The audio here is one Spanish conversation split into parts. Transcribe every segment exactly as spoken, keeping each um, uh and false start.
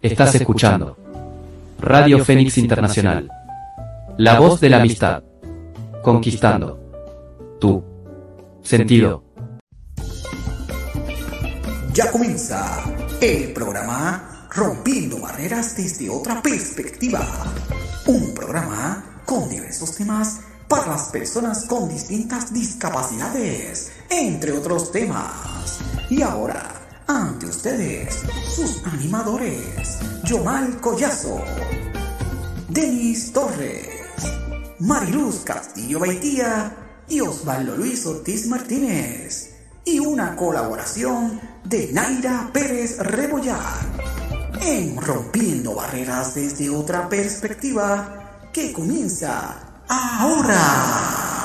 Estás escuchando Radio Fénix Internacional, la voz de la amistad, conquistando tu sentido. Ya comienza el programa Rompiendo Barreras desde otra perspectiva. Un programa con diversos temas para las personas con distintas discapacidades, entre otros temas. Y ahora, ante ustedes, sus animadores, Yomal Collazo, Denis Torres, Mariluz Castillo Baitía y Osvaldo Luis Ortiz Martínez. Y una colaboración de Naira Pérez Rebollar en Rompiendo Barreras desde otra perspectiva, que comienza ahora.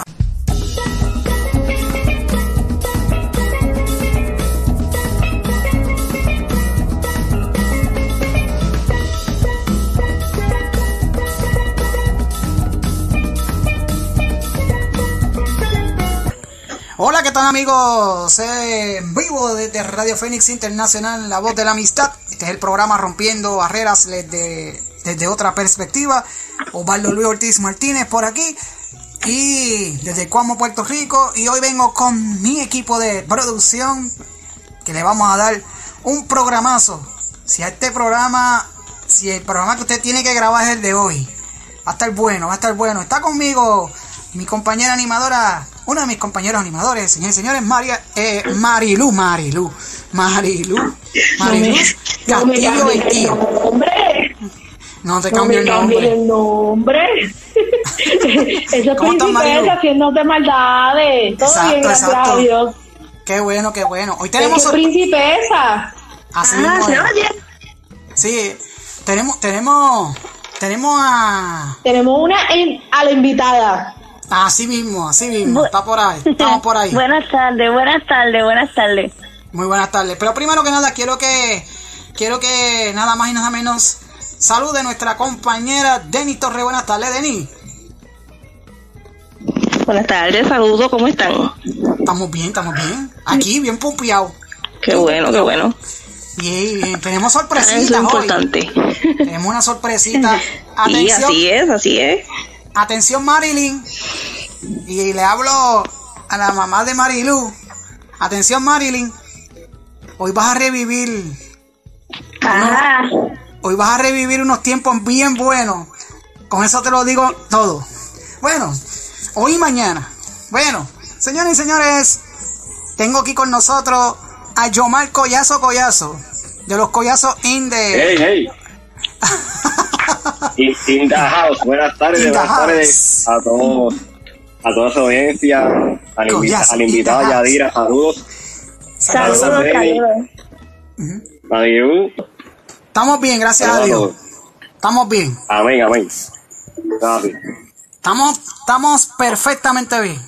Hola, ¿qué tal, amigos? Eh, en vivo desde Radio Fénix Internacional, la voz de la amistad. Este es el programa Rompiendo Barreras desde, desde otra perspectiva. Osvaldo Luis Ortiz Martínez por aquí y desde Cuamo, Puerto Rico. Y hoy vengo con mi equipo de producción, que le vamos a dar un programazo. Si a este programa, si el programa que usted tiene que grabar es el de hoy, va a estar bueno, va a estar bueno. Está conmigo mi compañera animadora, uno de mis compañeros animadores, señores y señores, María, eh, Marilú, Marilú, Marilú, Marilú, Castillo Baitía. No te cambio el nombre. el nombre. Esa princesa haciéndote maldades. Todo exacto, bien, gracias a Dios. Qué bueno, qué bueno. Hoy tenemos... ¿Qué princesa? Así ah, mismo ¿se es. oye? Sí, tenemos, tenemos, tenemos a... Tenemos una en, a la invitada. Así mismo, así mismo, está por ahí, estamos por ahí. Buenas tardes, buenas tardes, buenas tardes. Muy buenas tardes, pero primero que nada quiero que, quiero que nada más y nada menos salude a nuestra compañera Denis Torres. Buenas tardes, Denis. Buenas tardes, saludos, ¿cómo están? Estamos bien, estamos bien, aquí bien pompeados. Qué bueno, qué bueno. Bien, bien, tenemos sorpresitas Eso es hoy. importante. Tenemos una sorpresita. Y Atención. así es, así es. Atención, Marilyn, y le hablo a la mamá de Marilú. Atención, Marilyn, hoy vas a revivir Ajá. unos, hoy vas a revivir unos tiempos bien buenos. Con eso te lo digo todo. Bueno, hoy y mañana. Bueno, señores y señores, tengo aquí con nosotros a Yomal Collazo Collazo, de los Collazos in the... Hey, hey. In, in the house. Buenas tardes, In the buenas house. tardes a todos, a toda su audiencia, al, invita, Collazo, al in invitado the house. Yadira, saludos. Saludos, Saludos, Denis. saludos. Marilu. Estamos bien, gracias a Saludos a Dios. todos. Estamos bien. Amén, amén. Gracias. Estamos, estamos perfectamente bien.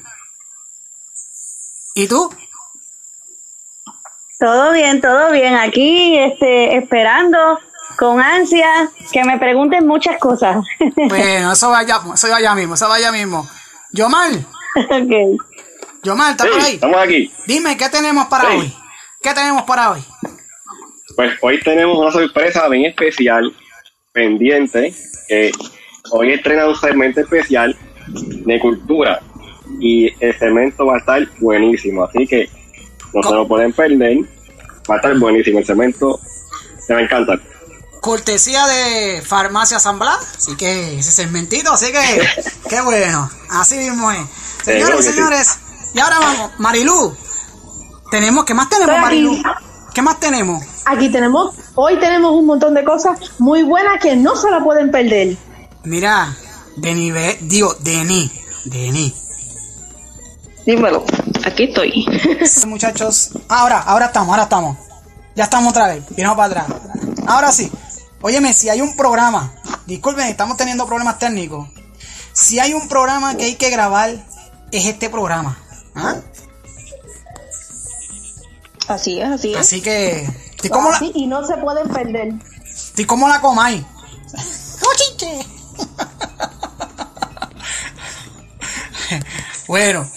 ¿Y tú? Todo bien, todo bien. Aquí, este, esperando con ansia que me pregunten muchas cosas. Bueno, eso vaya, eso vaya mismo, eso vaya mismo. Yomal, Okay. Yomal, ¿estás Sí, por ahí? estamos aquí. Dime, ¿qué tenemos para Sí. hoy? ¿Qué tenemos para hoy? Pues hoy tenemos una sorpresa bien especial, pendiente, que hoy estrena un segmento especial de cultura y el segmento va a estar buenísimo, así que no se lo pueden perder, va a estar buenísimo el segmento, se me encanta. Cortesía de Farmacia San Blas, así que ese segmentito, así que qué bueno, así mismo es. Seguro Señores y que sí. señores, y ahora vamos, Marilú, tenemos, ¿qué más tenemos, Estoy aquí. Marilú? ¿Qué más tenemos? Aquí tenemos, hoy tenemos un montón de cosas muy buenas que no se la pueden perder. Mira, Denis, ve- digo, Denis, Denis. Dímelo, aquí estoy. Muchachos, ahora, ahora estamos, ahora estamos. Ya estamos otra vez, vino para atrás. Ahora sí, óyeme, si hay un programa, disculpen, estamos teniendo problemas técnicos. Si hay un programa que hay que grabar, es este programa. ¿Ah? Así es, así es. Así que, estoy como la, Así, y no se pueden perder. estoy como la comáis. ¡Cochiche! Bueno,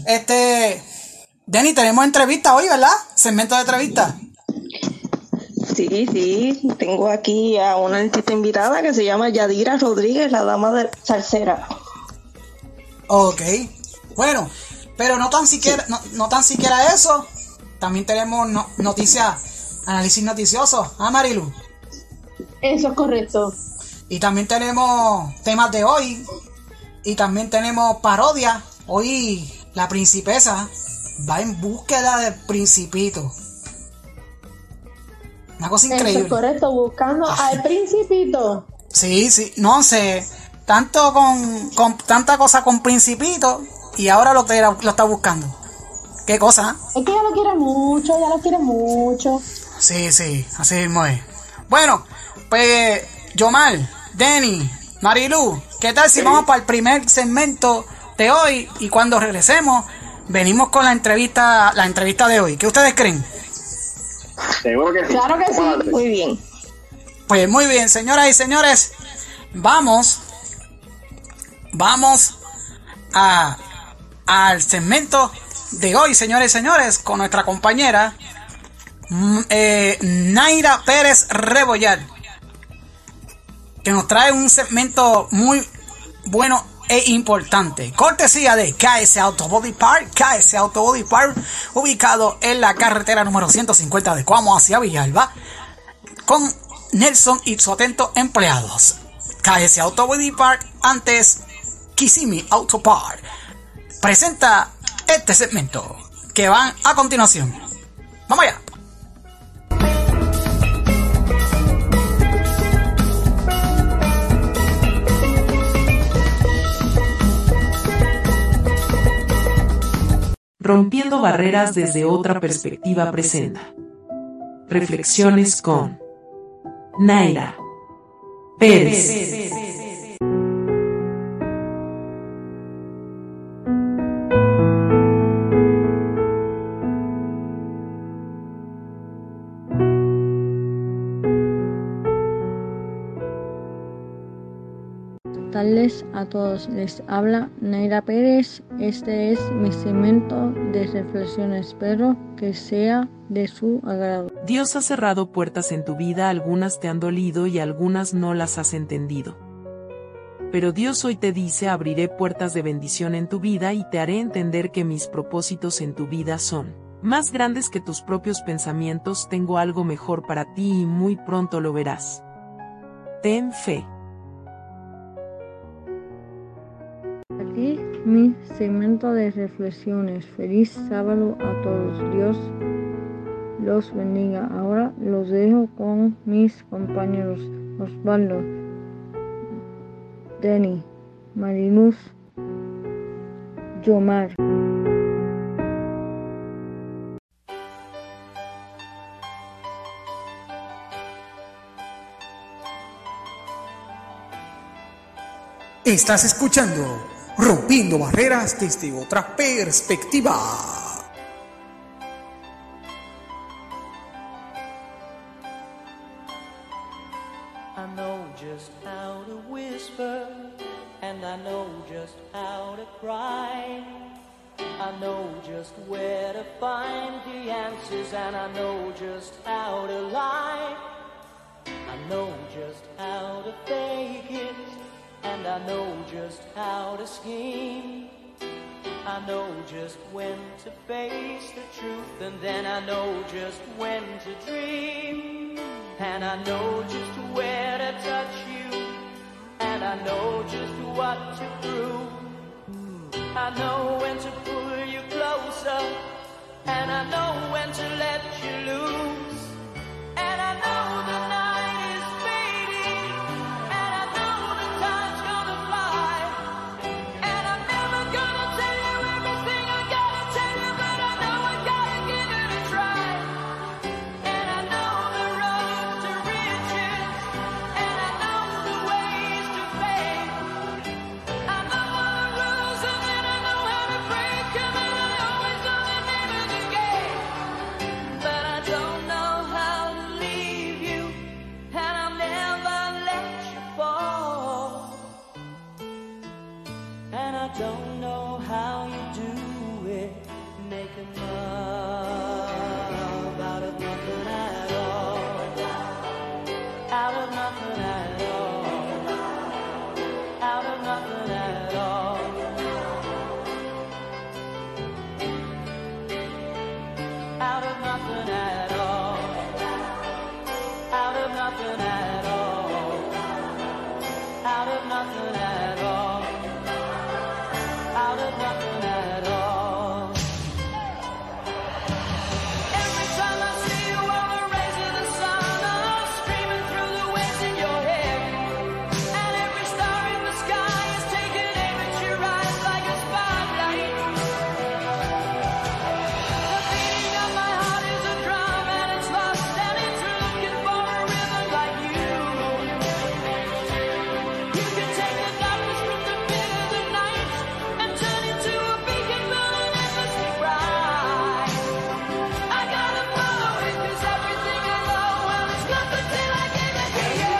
este, Denis, tenemos entrevista hoy, ¿verdad? Segmento de entrevista. Sí, sí, tengo aquí a una artista invitada que se llama Yadira Rodríguez, la dama de salsera. Ok, bueno, pero no tan siquiera, sí. no, no tan siquiera eso, también tenemos no, noticias, análisis noticiosos, ¿ah, Marilu? Eso es correcto. Y también tenemos temas de hoy, y también tenemos parodia. Hoy la princesa va en búsqueda del principito. Una cosa increíble. Eso es correcto, buscando al principito. Sí, sí, no sé, tanto con, con tanta cosa con principito y ahora lo, te, lo está buscando. ¿Qué cosa? Es que ella lo quiere mucho, ella lo quiere mucho. Sí, sí, así mismo es. Bueno, pues Yomar, Denny, Marilu, ¿qué tal si sí. vamos para el primer segmento de hoy y cuando regresemos venimos con la entrevista, la entrevista de hoy? ¿Qué ustedes creen? Seguro que sí. Claro que sí. Muy bien. Pues muy bien, señoras y señores, vamos, vamos a al segmento de hoy, señores y señores, con nuestra compañera eh, Naira Pérez Rebollar, que nos trae un segmento muy bueno e importante, cortesía de K S Auto Body Park. K S Auto Body Park, ubicado en la carretera número ciento cincuenta de Cuamo hacia Villalba, con Nelson y su atento empleados. K S Auto Body Park, antes Kissimmee Auto Park, presenta este segmento que van a continuación. Vamos allá. Rompiendo barreras desde otra perspectiva presenta Reflexiones con Naira Pérez. Tardes a todos, les habla Naira Pérez. Este es mi segmento de reflexiones, espero que sea de su agrado. Dios ha cerrado puertas en tu vida, algunas te han dolido y algunas no las has entendido. Pero Dios hoy te dice: abriré puertas de bendición en tu vida y te haré entender que mis propósitos en tu vida son más grandes que tus propios pensamientos. Tengo algo mejor para ti y muy pronto lo verás. Ten fe. Aquí mi segmento de reflexiones. Feliz sábado a todos. Dios los bendiga. Ahora los dejo con mis compañeros Osvaldo, Denny, Mariluz, Yomar. Estás escuchando Rompiendo Barreras desde otra perspectiva. I know just how to whisper, and I know just how to cry. I know just where to find the answers, and I know just how to lie. I know just how to fake it, and I know just how to scheme. I know just when to face the truth, and then I know just when to dream. And I know just where to touch you, and I know just what to prove. I know when to pull you closer, and I know when to let you loose. And I know the night is fading, and I know the time's gonna fly. And I'm never gonna tell you everything I gotta tell you, but I know I gotta give it a try. And I know the road to riches, and I know the ways to fame. I know all the rules, and then I know how to break them, and I always know the name of the game. But I don't know nothing at all. Out of nothing at all. Out of nothing at all. Out of nothing at all. Out of nothing at all. Out of nothing at all. Every time I see you on the rays of the sun, I'm screaming through the waves in your head. And every star in the sky is taking aim at your eyes like a spotlight. The beating of my heart is a drum and it's lost and it's looking for a rhythm like you. You can take the darkness from the pit of the night and turn it to a beacon burning endlessly bright. I gotta follow it 'cause everything I know, well, it's nothing till I give it to you.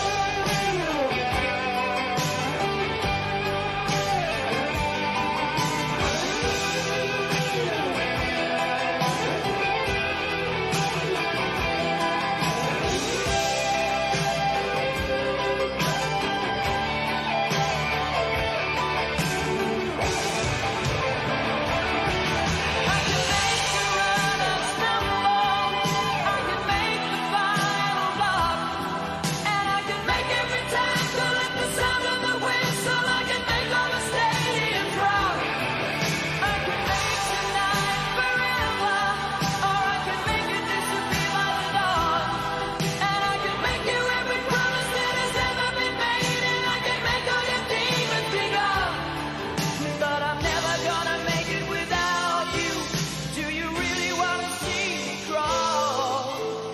I can make you run and stumble. I can make the final love. And I can make every tangle at the sound of the whistle. I can make all the stadiums rock. I can make tonight forever. Or I can make it disappear by the dawn. And I can make you every promise that has ever been made. And I can make all your demons be gone. But I'm never gonna make it without you. Do you really wanna see me crawl?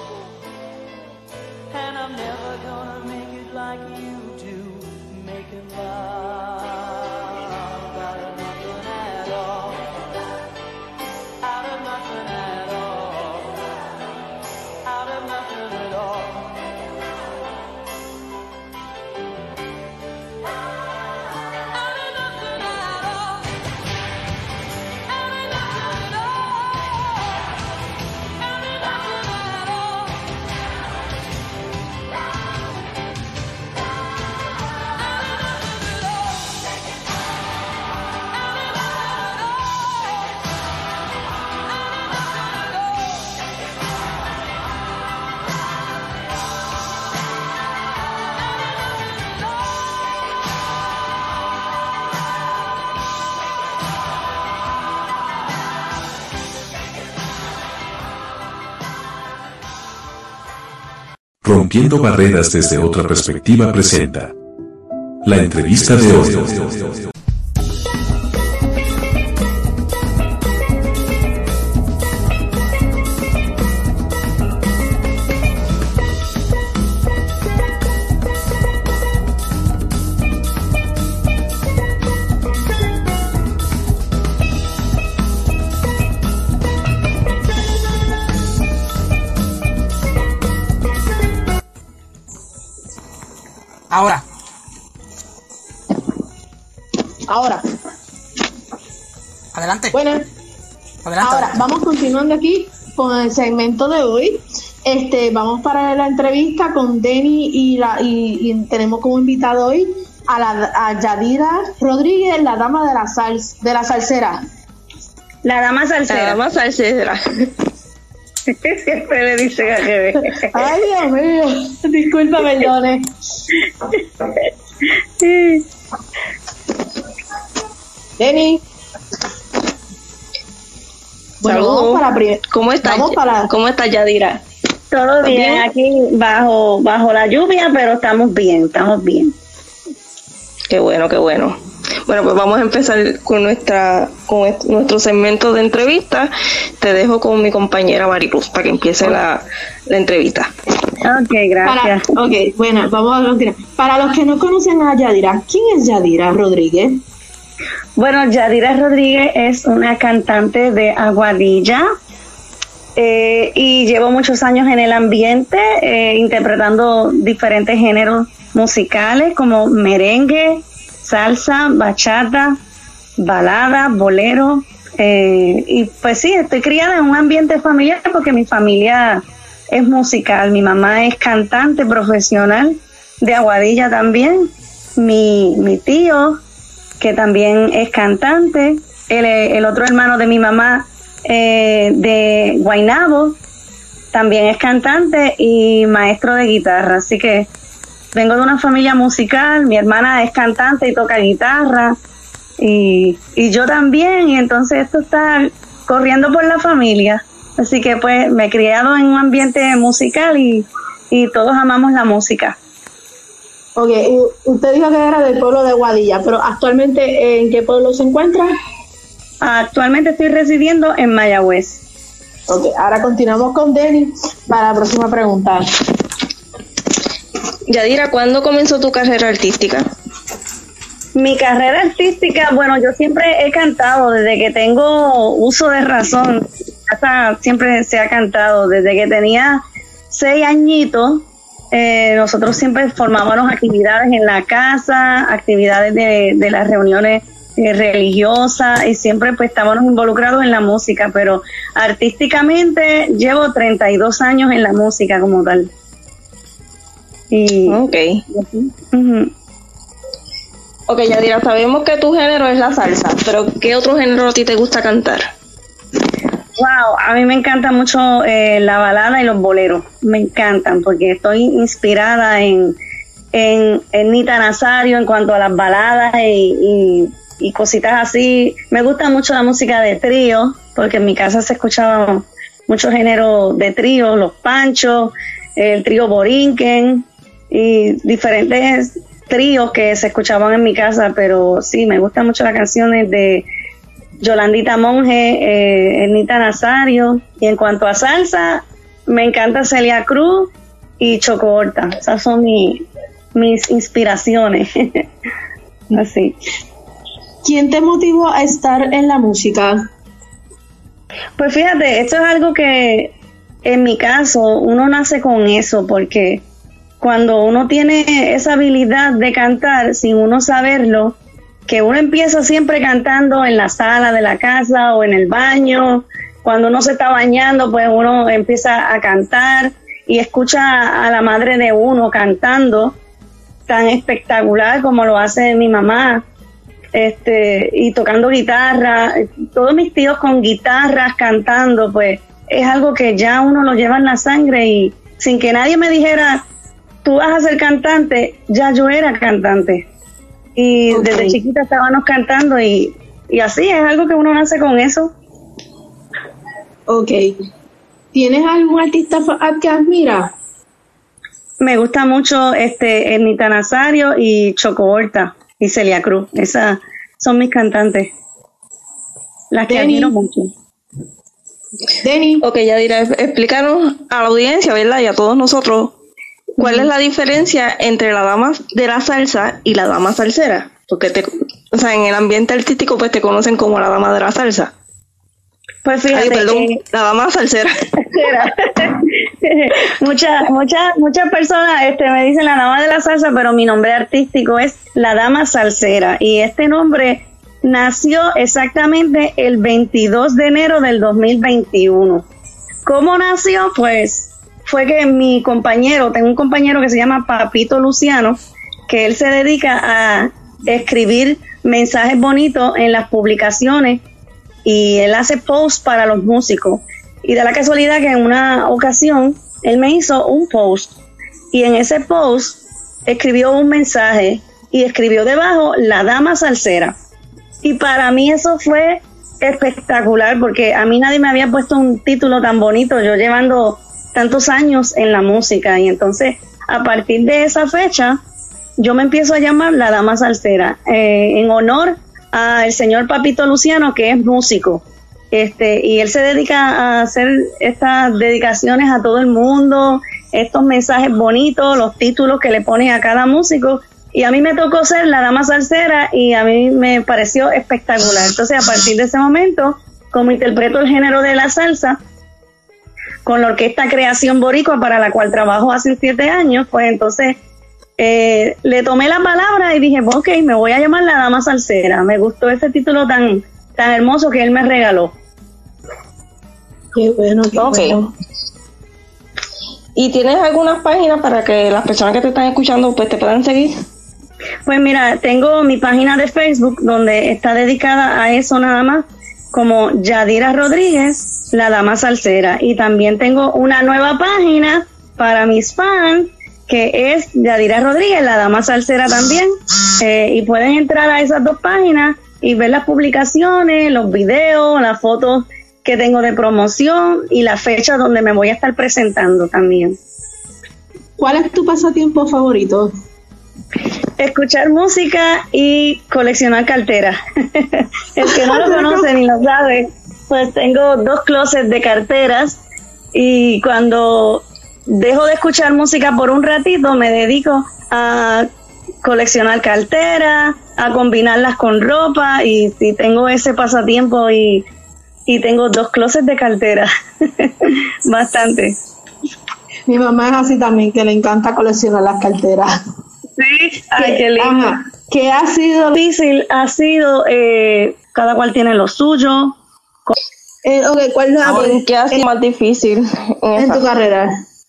And I'm never gonna make it like you do, making love out of nothing at all. Out of nothing at all. Out of nothing at all. Out of nothing at all. Out of nothing at all. Out of nothing at all. Rompiendo Barreras desde otra perspectiva presenta la entrevista de hoy. Ahora. Ahora. Adelante. Bueno. Adelante. Ahora, vamos continuando aquí con el segmento de hoy. Este, vamos para la entrevista con Denny y, la, y, y tenemos como invitado hoy a, la, a Yadira Rodríguez, la dama de la sal, de la salsera. La dama salsera. La dama salsera. Siempre le dice al revés. Ay, Dios mío. Disculpa, perdone. Denny. Bueno, Saludos. vamos para prim- ¿Cómo estás? Vamos para... ¿Cómo estás, Yadira? Todo bien, aquí bajo bajo la lluvia, pero estamos bien, estamos bien. Qué bueno, qué bueno. Bueno, pues vamos a empezar con nuestra con est- nuestro segmento de entrevista. Te dejo con mi compañera Mariluz para que empiece la, la entrevista. Ok, gracias. Para, ok, bueno, vamos a continuar. Para los que no conocen a Yadira, ¿quién es Yadira Rodríguez? Bueno, Yadira Rodríguez es una cantante de Aguadilla eh, y llevo muchos años en el ambiente eh, interpretando diferentes géneros musicales como merengue, salsa, bachata, balada, bolero, eh, y pues sí, estoy criada en un ambiente familiar porque mi familia es musical. Mi mamá es cantante profesional de Aguadilla también. Mi, mi tío, que también es cantante. El, el otro hermano de mi mamá, eh, de Guaynabo, también es cantante y maestro de guitarra. Así que vengo de una familia musical. Mi hermana es cantante y toca guitarra. Y, y yo también. Y entonces esto está corriendo por la familia. Así que pues me he criado en un ambiente musical y, y todos amamos la música. Ok, usted dijo que era del pueblo de Aguadilla, pero actualmente ¿en qué pueblo se encuentra? Actualmente estoy residiendo en Mayagüez. Ok, ahora continuamos con Denny para la próxima pregunta. Yadira, ¿cuándo comenzó tu carrera artística? Mi carrera artística, bueno, yo siempre he cantado desde que tengo uso de razón. Hasta siempre se ha cantado desde que tenía seis añitos. Eh, nosotros siempre formábamos actividades en la casa, actividades de, de las reuniones eh, religiosas, y siempre pues estábamos involucrados en la música, pero artísticamente llevo treinta y dos años en la música como tal. Y, ok. Uh-huh. Ok, Yadira, sabemos que tu género es la salsa, pero ¿qué otro género a ti te gusta cantar? Wow, a mí me encanta mucho eh, la balada y los boleros, me encantan porque estoy inspirada en, en, en Nita Nazario en cuanto a las baladas y, y, y cositas así. Me gusta mucho la música de trío porque en mi casa se escuchaba mucho género de trío, los Panchos, el trío Borinquen y diferentes tríos que se escuchaban en mi casa, pero sí, me gustan mucho las canciones de Yolandita Monge, eh, Nita Nazario, y en cuanto a salsa, me encanta Celia Cruz y Choco Horta. Esas son mi, mis inspiraciones. Así. ¿Quién te motivó a estar en la música? Pues fíjate, esto es algo que en mi caso uno nace con eso, porque cuando uno tiene esa habilidad de cantar sin uno saberlo, que uno empieza siempre cantando en la sala de la casa o en el baño, cuando uno se está bañando, pues uno empieza a cantar y escucha a la madre de uno cantando tan espectacular como lo hace mi mamá, este, y tocando guitarra, todos mis tíos con guitarras cantando, pues es algo que ya uno lo lleva en la sangre, y sin que nadie me dijera, tú vas a ser cantante, ya yo era cantante. Y okay. Desde chiquita estábamos cantando y, y así es algo que uno nace con eso. Ok. ¿Tienes algún artista que admira? Me gusta mucho este Nita Nazario y Choco Horta y Celia Cruz. Esas son mis cantantes. Las que Denny. admiro mucho. Denny. Ok, Yadira, explícanos a la audiencia, ¿verdad? Y a todos nosotros, ¿cuál es la diferencia entre la dama de la salsa y la dama salsera? Porque te, o sea, en el ambiente artístico pues te conocen como la dama de la salsa. Pues fíjate, Ay, perdón, eh, la dama salsera. muchas muchas muchas personas este me dicen la dama de la salsa, pero mi nombre artístico es la dama salsera, y este nombre nació exactamente el veintidós de enero del dos mil veintiuno. ¿Cómo nació? Pues fue que mi compañero, tengo un compañero que se llama Papito Luciano, que él se dedica a escribir mensajes bonitos en las publicaciones y él hace posts para los músicos. Y da la casualidad que en una ocasión él me hizo un post, y en ese post escribió un mensaje y escribió debajo la dama salsera. Y para mí eso fue espectacular, porque a mí nadie me había puesto un título tan bonito, yo llevando tantos años en la música, y entonces a partir de esa fecha yo me empiezo a llamar la dama salsera, eh, en honor al señor Papito Luciano, que es músico, este, y él se dedica a hacer estas dedicaciones a todo el mundo, estos mensajes bonitos, los títulos que le pone a cada músico, y a mí me tocó ser la dama salsera y a mí me pareció espectacular. Entonces a partir de ese momento, como interpreto el género de la salsa con la orquesta Creación Boricua, para la cual trabajo hace siete años, pues entonces eh, le tomé la palabra y dije, ok, me voy a llamar la dama salsera. Me gustó ese título tan tan hermoso que él me regaló. Qué bueno, qué okay. bueno. ¿Y tienes algunas páginas para que las personas que te están escuchando pues te puedan seguir? Pues mira, tengo mi página de Facebook donde está dedicada a eso nada más, como Yadira Rodríguez, la dama salsera. Y también tengo una nueva página para mis fans, que es Yadira Rodríguez, la dama salsera también. Eh, y pueden entrar a esas dos páginas y ver las publicaciones, los videos, las fotos que tengo de promoción y la fecha donde me voy a estar presentando también. ¿Cuál es tu pasatiempo favorito? Escuchar música y coleccionar carteras. El que no lo conoce ni lo sabe, pues tengo dos closets de carteras y cuando dejo de escuchar música por un ratito me dedico a coleccionar carteras, a combinarlas con ropa y, y tengo ese pasatiempo y, y tengo dos closets de carteras. Bastante. Mi mamá es así también, que le encanta coleccionar las carteras. Sí, ay, qué lindo. Ajá. ¿Qué ha sido difícil? Ha sido, eh, cada cual tiene lo suyo. Eh, okay, ¿cuál es ah, ¿Qué ha sido más difícil en, en tu carrera?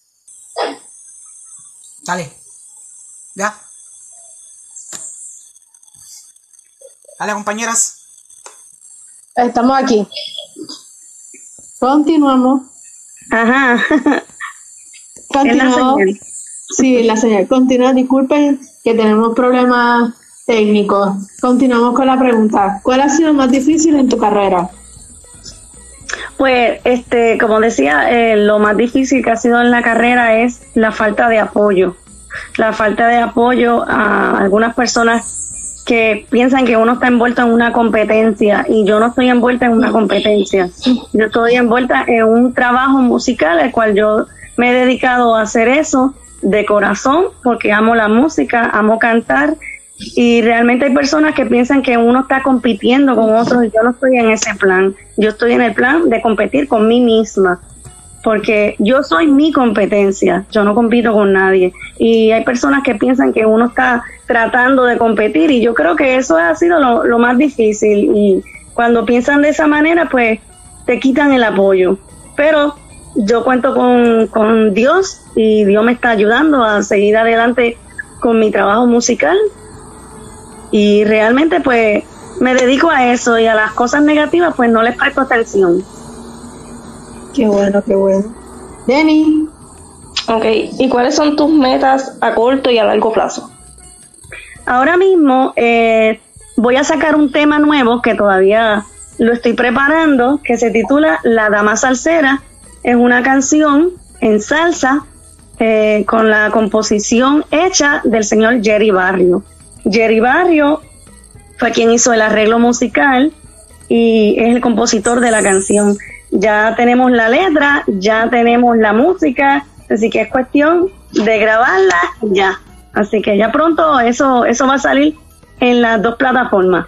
Dale. Ya. Dale, compañeras. Estamos aquí. Continuamos. Ajá. Continuamos. Sí, la señal. Continúa, disculpen que tenemos problemas técnicos. Continuamos con la pregunta. ¿Cuál ha sido más difícil en tu carrera? Pues, este, como decía, eh, lo más difícil que ha sido en la carrera es la falta de apoyo. La falta de apoyo a algunas personas que piensan que uno está envuelto en una competencia y yo no estoy envuelta en una competencia. Yo estoy envuelta en un trabajo musical, el cual yo me he dedicado a hacer eso de corazón, porque amo la música, amo cantar, y realmente hay personas que piensan que uno está compitiendo con otros y yo no estoy en ese plan. Yo estoy en el plan de competir con mí misma, porque yo soy mi competencia, yo no compito con nadie. Y hay personas que piensan que uno está tratando de competir y yo creo que eso ha sido lo, lo más difícil, y cuando piensan de esa manera pues te quitan el apoyo. Pero yo cuento con, con Dios y Dios me está ayudando a seguir adelante con mi trabajo musical y realmente pues me dedico a eso, y a las cosas negativas pues no les presto atención. Qué bueno, qué bueno. Denny. Ok, ¿y cuáles son tus metas a corto y a largo plazo? Ahora mismo eh, voy a sacar un tema nuevo que todavía lo estoy preparando, que se titula La Dama Salsera. Es una canción en salsa eh, con la composición hecha del señor Jerry Barrio. Jerry Barrio fue quien hizo el arreglo musical y es el compositor de la canción. Ya tenemos la letra, ya tenemos la música, así que es cuestión de grabarla ya. Así que ya pronto eso eso va a salir en las dos plataformas.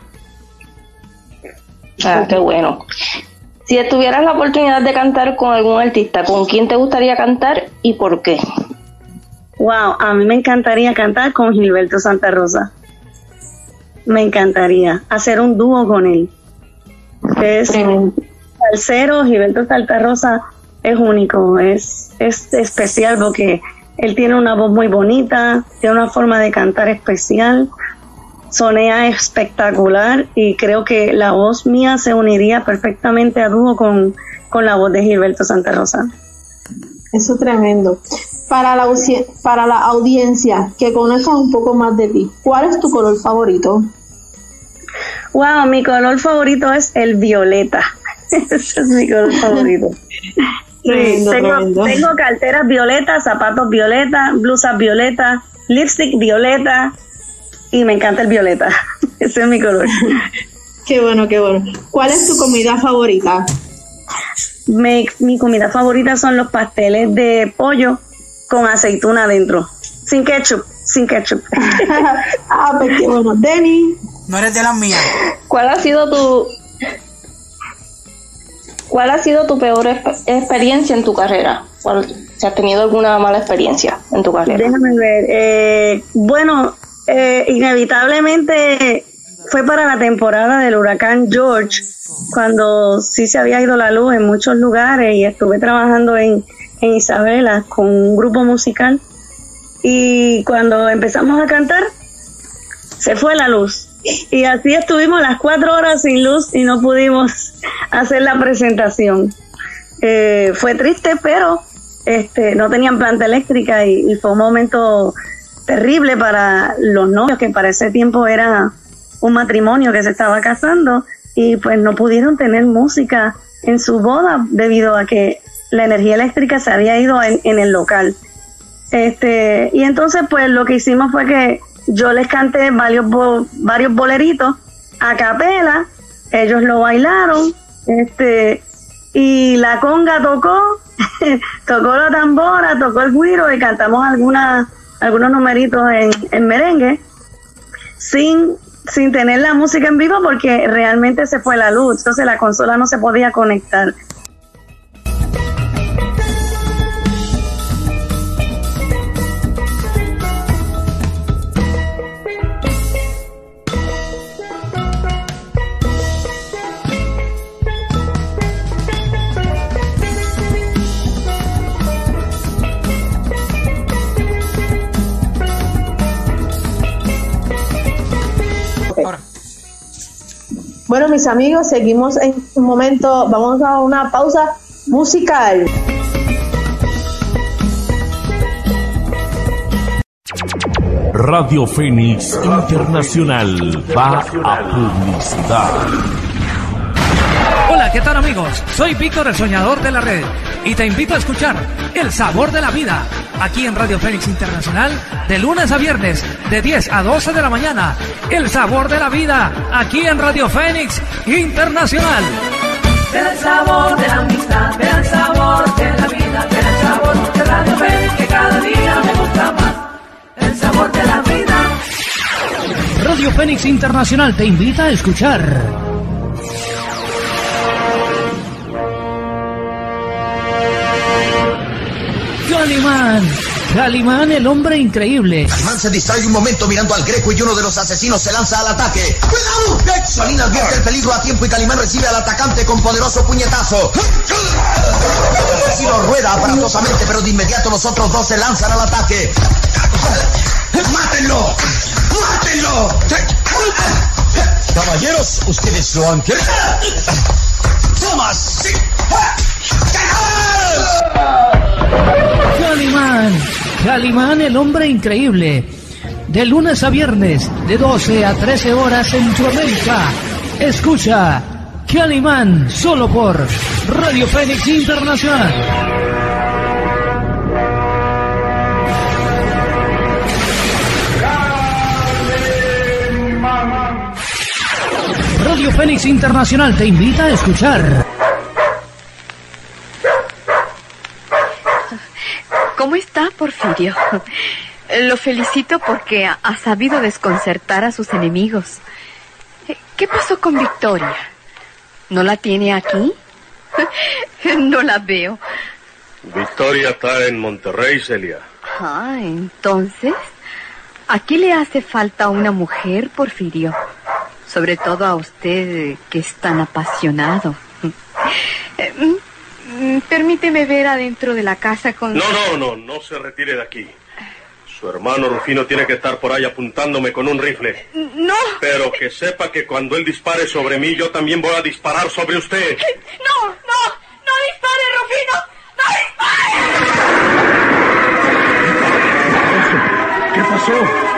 Ah, qué bueno. Si tuvieras la oportunidad de cantar con algún artista, ¿con quién te gustaría cantar y por qué? Wow, a mí me encantaría cantar con Gilberto Santa Rosa. Me encantaría hacer un dúo con él. Es salsero, Gilberto Santa Rosa es único, es, es especial porque él tiene una voz muy bonita, tiene una forma de cantar especial, sonea espectacular y creo que la voz mía se uniría perfectamente a dúo con, con la voz de Gilberto Santa Rosa. Eso es tremendo. Para la, para la audiencia que conozca un poco más de ti, ¿cuál es tu color favorito? Wow, mi color favorito es el violeta. Ese es mi color favorito. Sí, tremendo, tengo, tremendo. tengo carteras violetas, zapatos violetas, blusas violetas, lipstick violeta y me encanta el violeta. Ese es mi color. Qué bueno, qué bueno. ¿Cuál es tu comida favorita? Mi, mi comida favorita son los pasteles de pollo con aceituna adentro. Sin ketchup, sin ketchup. Ah, pues qué bueno. Denny. No eres de las mías. ¿Cuál ha sido tu ¿Cuál ha sido tu peor exp- experiencia en tu carrera? ¿Cuál, si has tenido alguna mala experiencia en tu carrera? Déjame ver. Eh, bueno, eh, inevitablemente fue para la temporada del huracán George, cuando sí se había ido la luz en muchos lugares y estuve trabajando en, en Isabela con un grupo musical y cuando empezamos a cantar se fue la luz y así estuvimos las cuatro horas sin luz y no pudimos hacer la presentación. Eh, fue triste, pero este no tenían planta eléctrica y, y fue un momento terrible para los novios, que para ese tiempo era un matrimonio que se estaba casando y pues no pudieron tener música en su boda debido a que la energía eléctrica se había ido en, en el local. Este, y entonces pues lo que hicimos fue que yo les canté varios, bo, varios boleritos a capela, ellos lo bailaron, este, y la conga tocó, tocó la tambora, tocó el güiro y cantamos algunas, algunos numeritos en, en merengue, sin, sin tener la música en vivo porque realmente se fue la luz, entonces la consola no se podía conectar. Bueno, mis amigos, seguimos en un momento, vamos a una pausa musical. Radio Fénix Internacional va a publicidad. Hola, ¿qué tal, amigos? Soy Víctor, el soñador de la red, y te invito a escuchar El Sabor de la Vida, aquí en Radio Fénix Internacional, de lunes a viernes, de diez a doce de la mañana. El Sabor de la Vida, aquí en Radio Fénix Internacional. El sabor de la amistad, el sabor de la vida, el sabor de Radio Fénix, que cada día me gusta más. El sabor de la vida. Radio Fénix Internacional te invita a escuchar Calimán, Calimán, el hombre increíble. Calimán se distrae un momento mirando al Greco y uno de los asesinos se lanza al ataque. ¡Cuidado! Solín advierte el peligro a tiempo y Calimán recibe al atacante con poderoso puñetazo. El asesino rueda aparatosamente, pero de inmediato los otros dos se lanzan al ataque. ¡Mátenlo! ¡Mátenlo! Caballeros, ustedes lo han querido. ¡Tomas! ¡Sí! Calimán, Calimán, el hombre increíble. De lunes a viernes, de doce a trece horas Centroamérica. Escucha Calimán solo por Radio Fénix Internacional. Radio Fénix Internacional te invita a escuchar. ¿Cómo está, Porfirio? Lo felicito porque ha sabido desconcertar a sus enemigos. ¿Qué pasó con Victoria? ¿No la tiene aquí? No la veo. Victoria está en Monterrey, Celia. Ah, entonces, aquí le hace falta una mujer, Porfirio. Sobre todo a usted, que es tan apasionado. Permíteme ver adentro de la casa con... No, no, no, no se retire de aquí. Su hermano Rufino tiene que estar por ahí apuntándome con un rifle. No. Pero que sepa que cuando él dispare sobre mí, yo también voy a disparar sobre usted. No, no, no dispare, Rufino. ¡No dispare! ¿Qué pasó?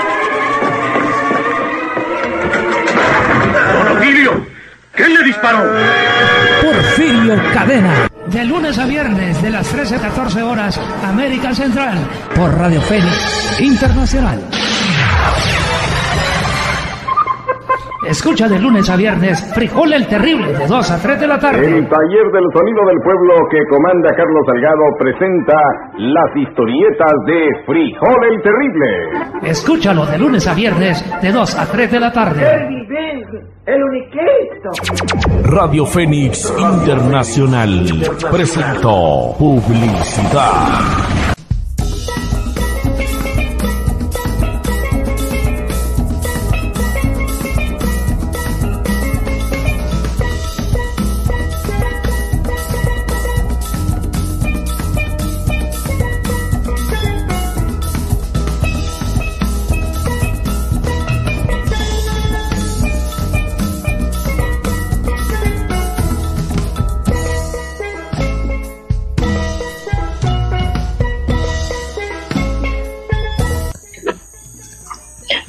¡Don Otilio! ¿Quién le disparó? Porfirio Cadena. De lunes a viernes, de las trece a catorce horas, América Central, por Radio Fénix Internacional. Escucha de lunes a viernes Frijol el Terrible, de dos a tres de la tarde. El taller del sonido del pueblo que comanda Carlos Salgado presenta las historietas de Frijol el Terrible. Escúchalo de lunes a viernes, de dos a tres de la tarde. El uniquito. Radio Fénix Internacional presentó publicidad.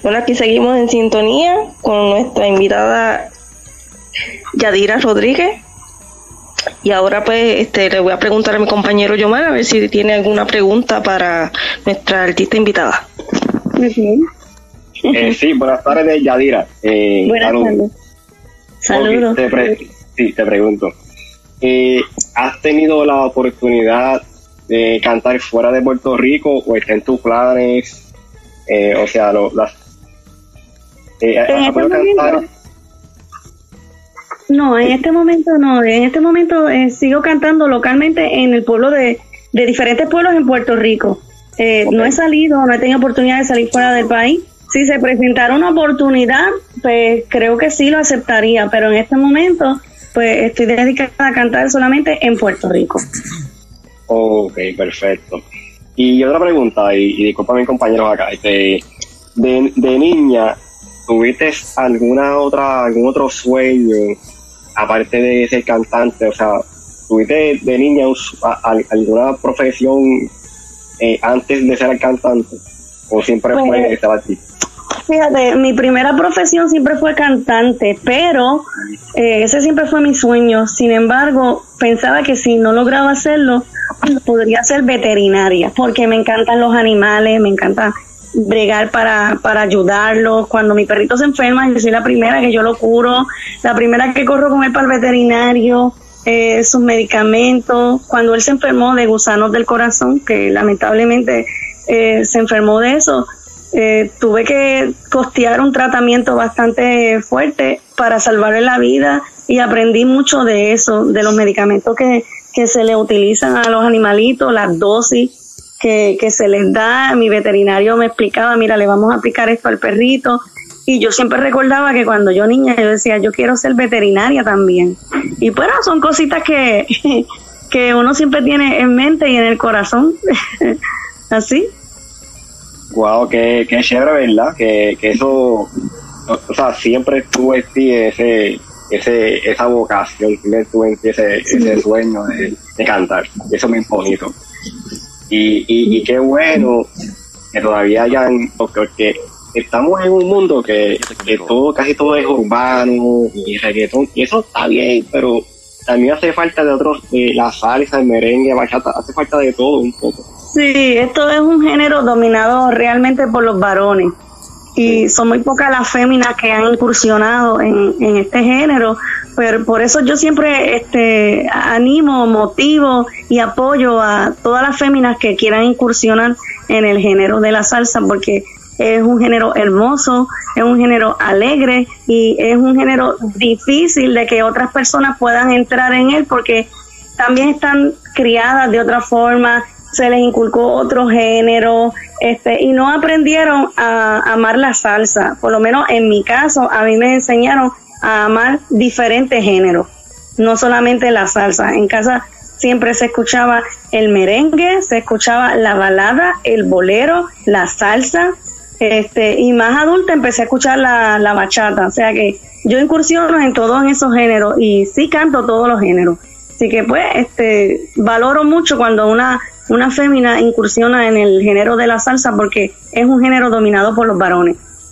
Bueno, aquí seguimos en sintonía con nuestra invitada Yadira Rodríguez. Y ahora pues este le voy a preguntar a mi compañero Yomar a ver si tiene alguna pregunta para nuestra artista invitada. Muy bien. Eh, sí, buenas tardes, Yadira. Eh, Buenas salud. tardes. Saludos. Okay, te pre- sí, te pregunto. Eh, ¿Has tenido la oportunidad de cantar fuera de Puerto Rico o está en tus planes? Eh, o sea, lo, las... Eh, En ¿has este podido cantar? momento, no, en este momento no. En este momento eh, sigo cantando localmente en el pueblo de, de diferentes pueblos en Puerto Rico. Eh, Okay. No he salido, no he tenido oportunidad de salir fuera del país. Si se presentara una oportunidad, pues creo que sí lo aceptaría, pero en este momento, pues estoy dedicada a cantar solamente en Puerto Rico. Ok, perfecto. Y otra pregunta, y, y disculpa a mis compañeros acá, este, de, de niña, ¿tuviste alguna otra, algún otro sueño, aparte de ser cantante? O sea, ¿tuviste de niña un- a- a- alguna profesión eh, antes de ser cantante? ¿O siempre Pues, fue estar aquí? Fíjate, mi primera profesión siempre fue cantante, pero eh, ese siempre fue mi sueño. Sin embargo, pensaba que si no lograba hacerlo, podría ser veterinaria, porque me encantan los animales, me encanta bregar para, para ayudarlos. Cuando mi perrito se enferma, yo soy la primera que yo lo curo, la primera que corro con él para el veterinario, eh, sus medicamentos. Cuando él se enfermó de gusanos del corazón, que lamentablemente eh, se enfermó de eso, Eh, tuve que costear un tratamiento bastante fuerte para salvarle la vida y aprendí mucho de eso, de los medicamentos que, que se le utilizan a los animalitos, las dosis que, que se les da. Mi veterinario me explicaba, mira, le vamos a aplicar esto al perrito, y yo siempre recordaba que cuando yo niña yo decía, yo quiero ser veterinaria también. Y bueno, son cositas que, que uno siempre tiene en mente y en el corazón. Así. Wow, qué, qué chévere, ¿verdad? Que, que eso, o, o sea, siempre estuvo en ti ese, ese, esa vocación, siempre estuvo en ti ese, ese sueño de, de cantar. Y eso me es bonito. Y, y, y qué bueno que todavía hayan, porque estamos en un mundo que, que todo, casi todo es urbano y reggaetón, y eso está bien, pero también hace falta de otros, de la salsa, el merengue, bachata, hace falta de todo un poco. Sí, esto es un género dominado realmente por los varones, y son muy pocas las féminas que han incursionado en, en este género, pero por eso yo siempre este animo, motivo y apoyo a todas las féminas que quieran incursionar en el género de la salsa, porque es un género hermoso, es un género alegre y es un género difícil de que otras personas puedan entrar en él, porque también están criadas de otra forma, se les inculcó otro género, este, y no aprendieron a, a amar la salsa. Por lo menos en mi caso, a mí me enseñaron a amar diferentes géneros, no solamente la salsa. En casa siempre se escuchaba el merengue, se escuchaba la balada, el bolero, la salsa, este, y más adulta empecé a escuchar la, la bachata. O sea que yo incursiono en todos esos géneros y sí canto todos los géneros. Así que pues, este, valoro mucho cuando una una fémina incursiona en el género de la salsa, porque es un género dominado por los varones.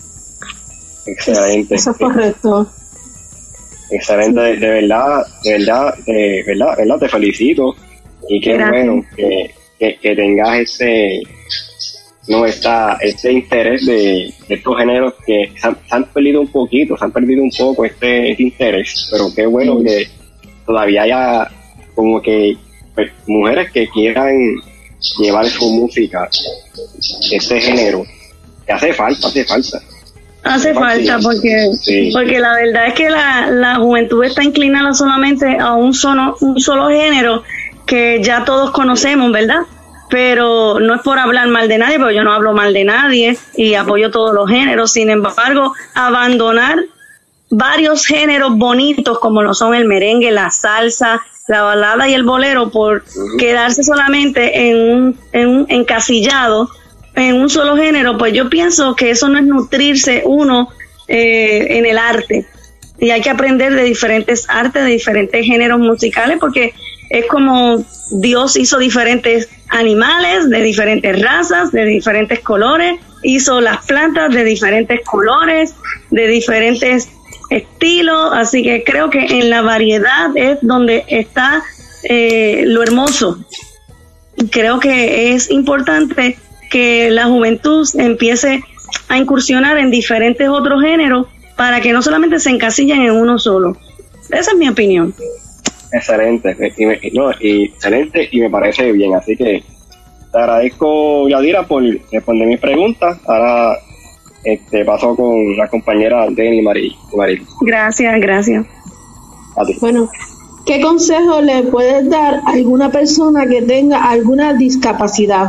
Excelente. Eso es correcto. Excelente, de, de verdad, de verdad, de verdad, verdad, te felicito, y qué Gracias. bueno que, que, que tengas ese, no está, este interés de, de estos géneros que se han, se han perdido un poquito, se han perdido un poco este, este interés, pero qué bueno que todavía haya como que pues, mujeres que quieran llevar su música, este género, que hace falta, hace falta. Hace falta, porque Sí. porque la verdad es que la, la juventud está inclinada solamente a un solo, un solo género que ya todos conocemos, ¿verdad? Pero no es por hablar mal de nadie, porque yo no hablo mal de nadie y apoyo todos los géneros. Sin embargo, abandonar varios géneros bonitos como lo son el merengue, la salsa, la balada y el bolero por quedarse solamente en un, en un encasillado en un solo género, pues yo pienso que eso no es nutrirse uno eh, en el arte, y hay que aprender de diferentes artes, de diferentes géneros musicales, porque es como Dios hizo diferentes animales de diferentes razas, de diferentes colores, hizo las plantas de diferentes colores, de diferentes estilos, así que creo que en la variedad es donde está eh, lo hermoso. Creo que es importante que la juventud empiece a incursionar en diferentes otros géneros para que no solamente se encasillen en uno solo. Esa es mi opinión. Excelente, y, me, no, y excelente y me parece bien, así que te agradezco, Yadira, por responder mis preguntas. Ahora este paso con la compañera Denny Maril. Gracias, gracias. A ti. Bueno, ¿qué consejo le puedes dar a alguna persona que tenga alguna discapacidad?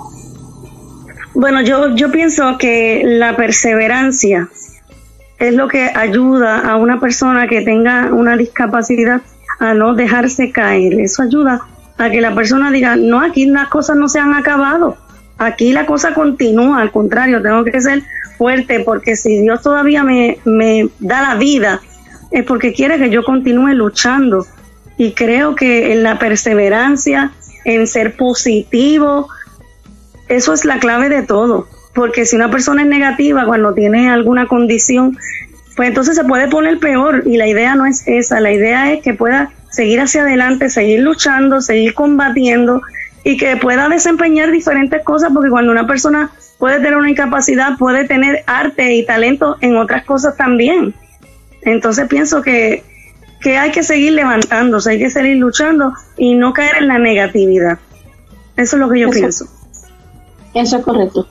Bueno, yo, yo pienso que la perseverancia es lo que ayuda a una persona que tenga una discapacidad a no dejarse caer. Eso ayuda a que la persona diga, no, aquí las cosas no se han acabado, aquí la cosa continúa, al contrario, tengo que ser fuerte, porque si Dios todavía me, me da la vida, es porque quiere que yo continúe luchando. Y creo que en la perseverancia, en ser positivo, eso es la clave de todo, porque si una persona es negativa cuando tiene alguna condición, pues entonces se puede poner peor, y la idea no es esa, la idea es que pueda seguir hacia adelante, seguir luchando, seguir combatiendo, y que pueda desempeñar diferentes cosas, porque cuando una persona puede tener una incapacidad, puede tener arte y talento en otras cosas también. Entonces pienso que, que hay que seguir levantándose, hay que seguir luchando y no caer en la negatividad. Eso es lo que yo Eso. pienso. Eso es correcto.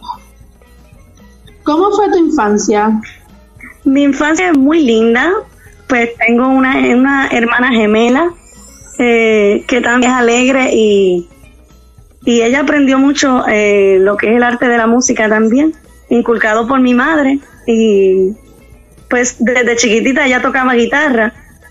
¿Cómo fue tu infancia? Mi infancia es muy linda, pues tengo una, una hermana gemela eh, que también es alegre y, y ella aprendió mucho eh, lo que es el arte de la música también, inculcado por mi madre, y pues desde chiquitita ella tocaba guitarra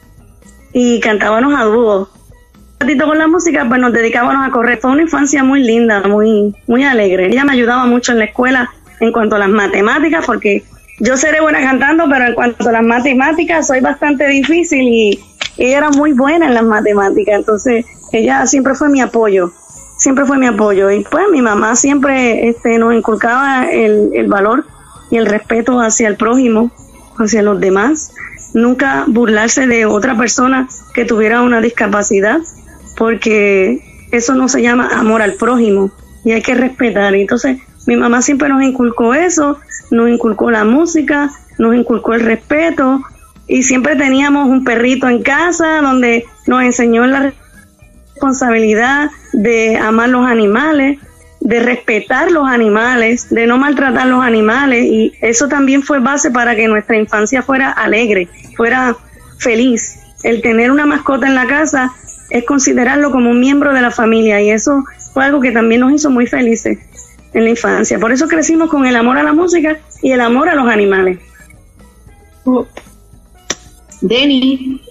y cantábamos a dúo. Un ratito con la música, pues nos dedicábamos a correr. Fue una infancia muy linda, muy, muy alegre. Ella me ayudaba mucho en la escuela en cuanto a las matemáticas, porque yo seré buena cantando, pero en cuanto a las matemáticas soy bastante difícil, y ella era muy buena en las matemáticas, entonces ella siempre fue mi apoyo, siempre fue mi apoyo. Y pues mi mamá siempre este, nos inculcaba el, el valor y el respeto hacia el prójimo, hacia los demás, nunca burlarse de otra persona que tuviera una discapacidad, porque eso no se llama amor al prójimo y hay que respetar. Entonces mi mamá siempre nos inculcó eso, nos inculcó la música, nos inculcó el respeto, y siempre teníamos un perrito en casa donde nos enseñó la responsabilidad de amar los animales, de respetar los animales, de no maltratar los animales, y eso también fue base para que nuestra infancia fuera alegre, fuera feliz. El tener una mascota en la casa es considerarlo como un miembro de la familia, y eso fue algo que también nos hizo muy felices en la infancia. Por eso crecimos con el amor a la música y el amor a los animales. Oh. Denny,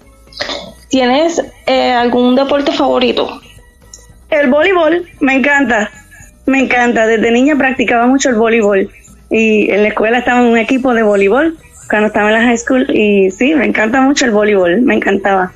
¿tienes eh, algún deporte favorito? El voleibol, me encanta, me encanta. Desde niña practicaba mucho el voleibol, y en la escuela estaba en un equipo de voleibol cuando estaba en la high school, y sí, me encanta mucho el voleibol, me encantaba.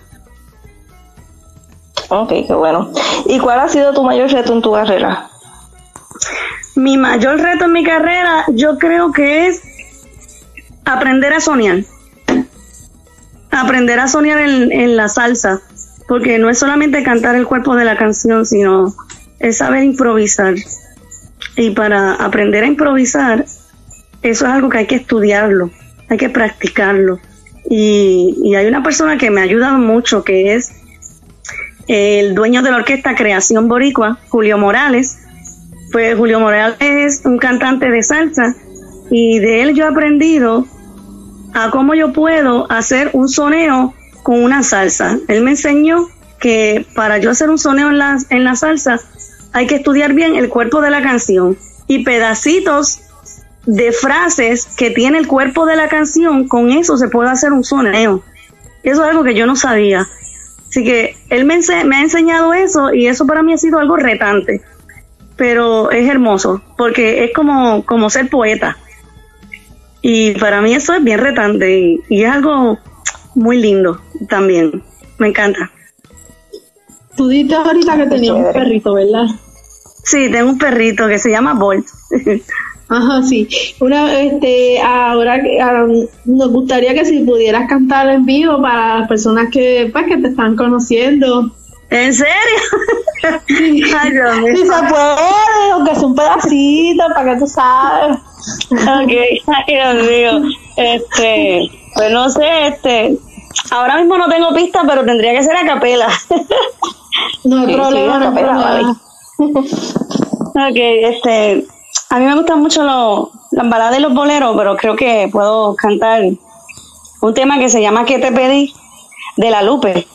Ok, qué bueno. ¿Y cuál ha sido tu mayor reto en tu carrera? Mi mayor reto en mi carrera, yo creo que es aprender a soñar. Aprender a soñar en, en la salsa, porque no es solamente cantar el cuerpo de la canción, sino es saber improvisar. Y para aprender a improvisar, eso es algo que hay que estudiarlo, hay que practicarlo. Y, y hay una persona que me ha ayudado mucho, que es el dueño de la orquesta Creación Boricua, Julio Morales. Pues Julio Morales es un cantante de salsa, y de él yo he aprendido a cómo yo puedo hacer un soneo con una salsa. Él me enseñó que para yo hacer un soneo en la, en la salsa hay que estudiar bien el cuerpo de la canción, y pedacitos de frases que tiene el cuerpo de la canción, con eso se puede hacer un soneo. Eso es algo que yo no sabía. Así que él me, ense- me ha enseñado eso, y eso para mí ha sido algo retante, pero es hermoso, porque es como, como ser poeta. Y para mí eso es bien retante, y, y es algo muy lindo también. Me encanta. Tú dijiste ahorita que tenías un perrito, ¿verdad? Sí, tengo un perrito que se llama Bolt. Ajá, sí. Una, este, ahora um, nos gustaría que si pudieras cantar en vivo para las personas que, pues, que te están conociendo. ¿En serio? Ay, Dios mío. Si se puede, aunque sea un pedacito, para que tú sabes. Okay, ay, Dios mío. Este, pues no sé, este, ahora mismo no tengo pista, pero tendría que ser a capela. No hay sí, problema, sí, no hay problema. Ok, este, a mí me gustan mucho los, las baladas y los boleros, pero creo que puedo cantar un tema que se llama ¿Qué te pedí? De La Lupe.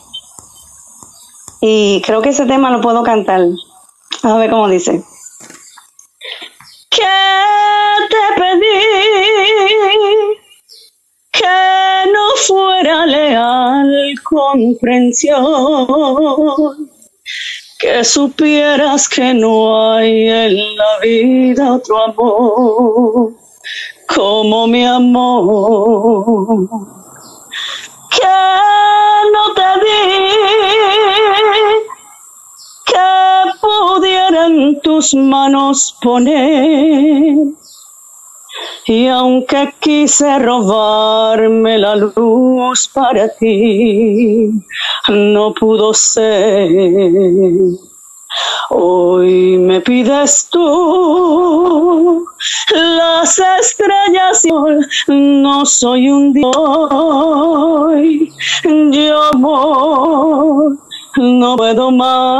Y creo que ese tema lo puedo cantar. A ver cómo dice. ¿Qué te pedí? Que no fuera leal comprensión, que supieras que no hay en la vida otro amor como mi amor. Que no te di, que pudiera en tus manos poner, y aunque quise robarme la luz para ti, no pudo ser. Hoy me pides tú las estrellas y no soy un dios. Yo amor, no puedo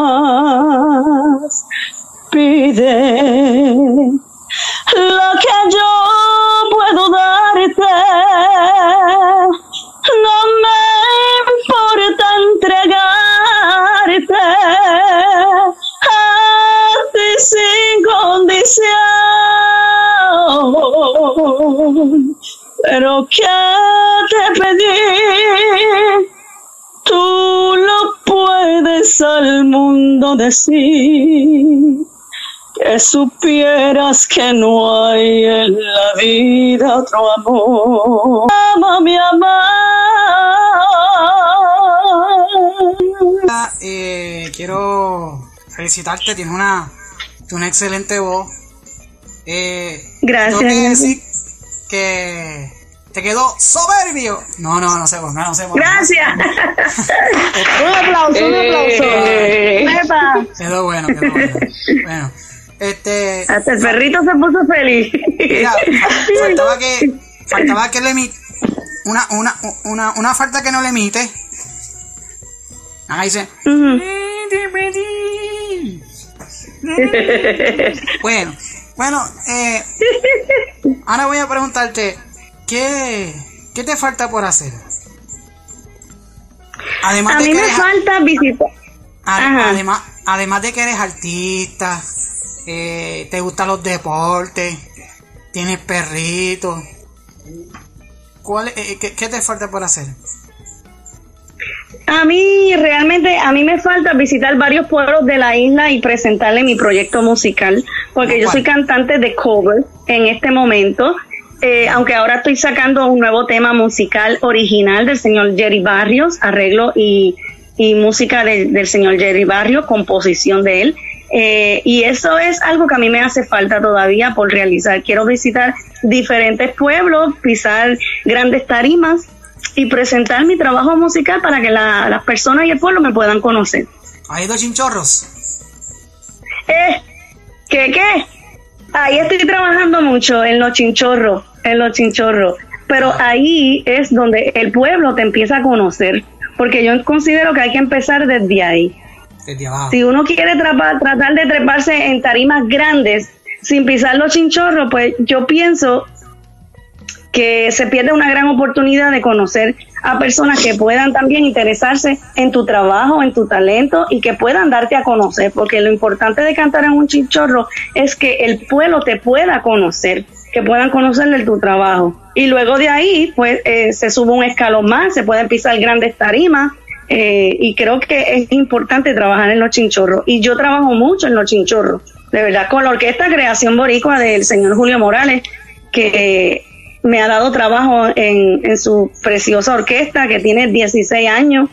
más. Pide lo que yo puedo darte. No me importa entregarte a ti sin condición. Pero ¿qué te pedí? Tú lo puedes al mundo decir, que supieras que no hay en la vida otro amor. Ama mi amor. Eh, quiero felicitarte, tienes una, una excelente voz. Eh, Gracias. Tengo que decir que te quedó soberbio. No, no, no se ponga, no se ponga. Gracias. Un aplauso, un aplauso. Eh, quedó bueno, quedó bueno. Bueno. Este, hasta el perrito se puso feliz. Mira, faltaba que faltaba que le emite una una una una falta que no le emite. Ahí dice. Uh-huh. Bueno, bueno, eh, ahora voy a preguntarte ¿qué qué te falta por hacer? Además a de mí que me eres, falta visitar. Además, además de que eres artista. Eh, te gustan los deportes, tienes perritos. ¿Cuál, eh, qué, ¿Qué te falta por hacer? A mí realmente, a mí me falta visitar varios pueblos de la isla y presentarle mi proyecto musical, porque yo soy cantante de cover en este momento, eh, aunque ahora estoy sacando un nuevo tema musical original del señor Jerry Barrios, arreglo y, y música de, del señor Jerry Barrios, composición de él. Eh, y eso es algo que a mí me hace falta todavía por realizar. Quiero visitar diferentes pueblos, pisar grandes tarimas y presentar mi trabajo musical para que la, las personas y el pueblo me puedan conocer. ¿Has ido a Chinchorros? Eh, ¿qué qué? Ahí estoy trabajando mucho en los chinchorros, en los chinchorros, pero ahí es donde el pueblo te empieza a conocer, porque yo considero que hay que empezar desde ahí. Si uno quiere trapar, tratar de treparse en tarimas grandes sin pisar los chinchorros, pues yo pienso que se pierde una gran oportunidad de conocer a personas que puedan también interesarse en tu trabajo, en tu talento y que puedan darte a conocer, porque lo importante de cantar en un chinchorro es que el pueblo te pueda conocer, que puedan conocerle tu trabajo. Y luego de ahí, pues eh, se sube un escalón más, se pueden pisar grandes tarimas. Eh, y creo que es importante trabajar en los chinchorros, y yo trabajo mucho en los chinchorros, de verdad, con la orquesta Creación Boricua del señor Julio Morales, que me ha dado trabajo en, en su preciosa orquesta que tiene dieciséis años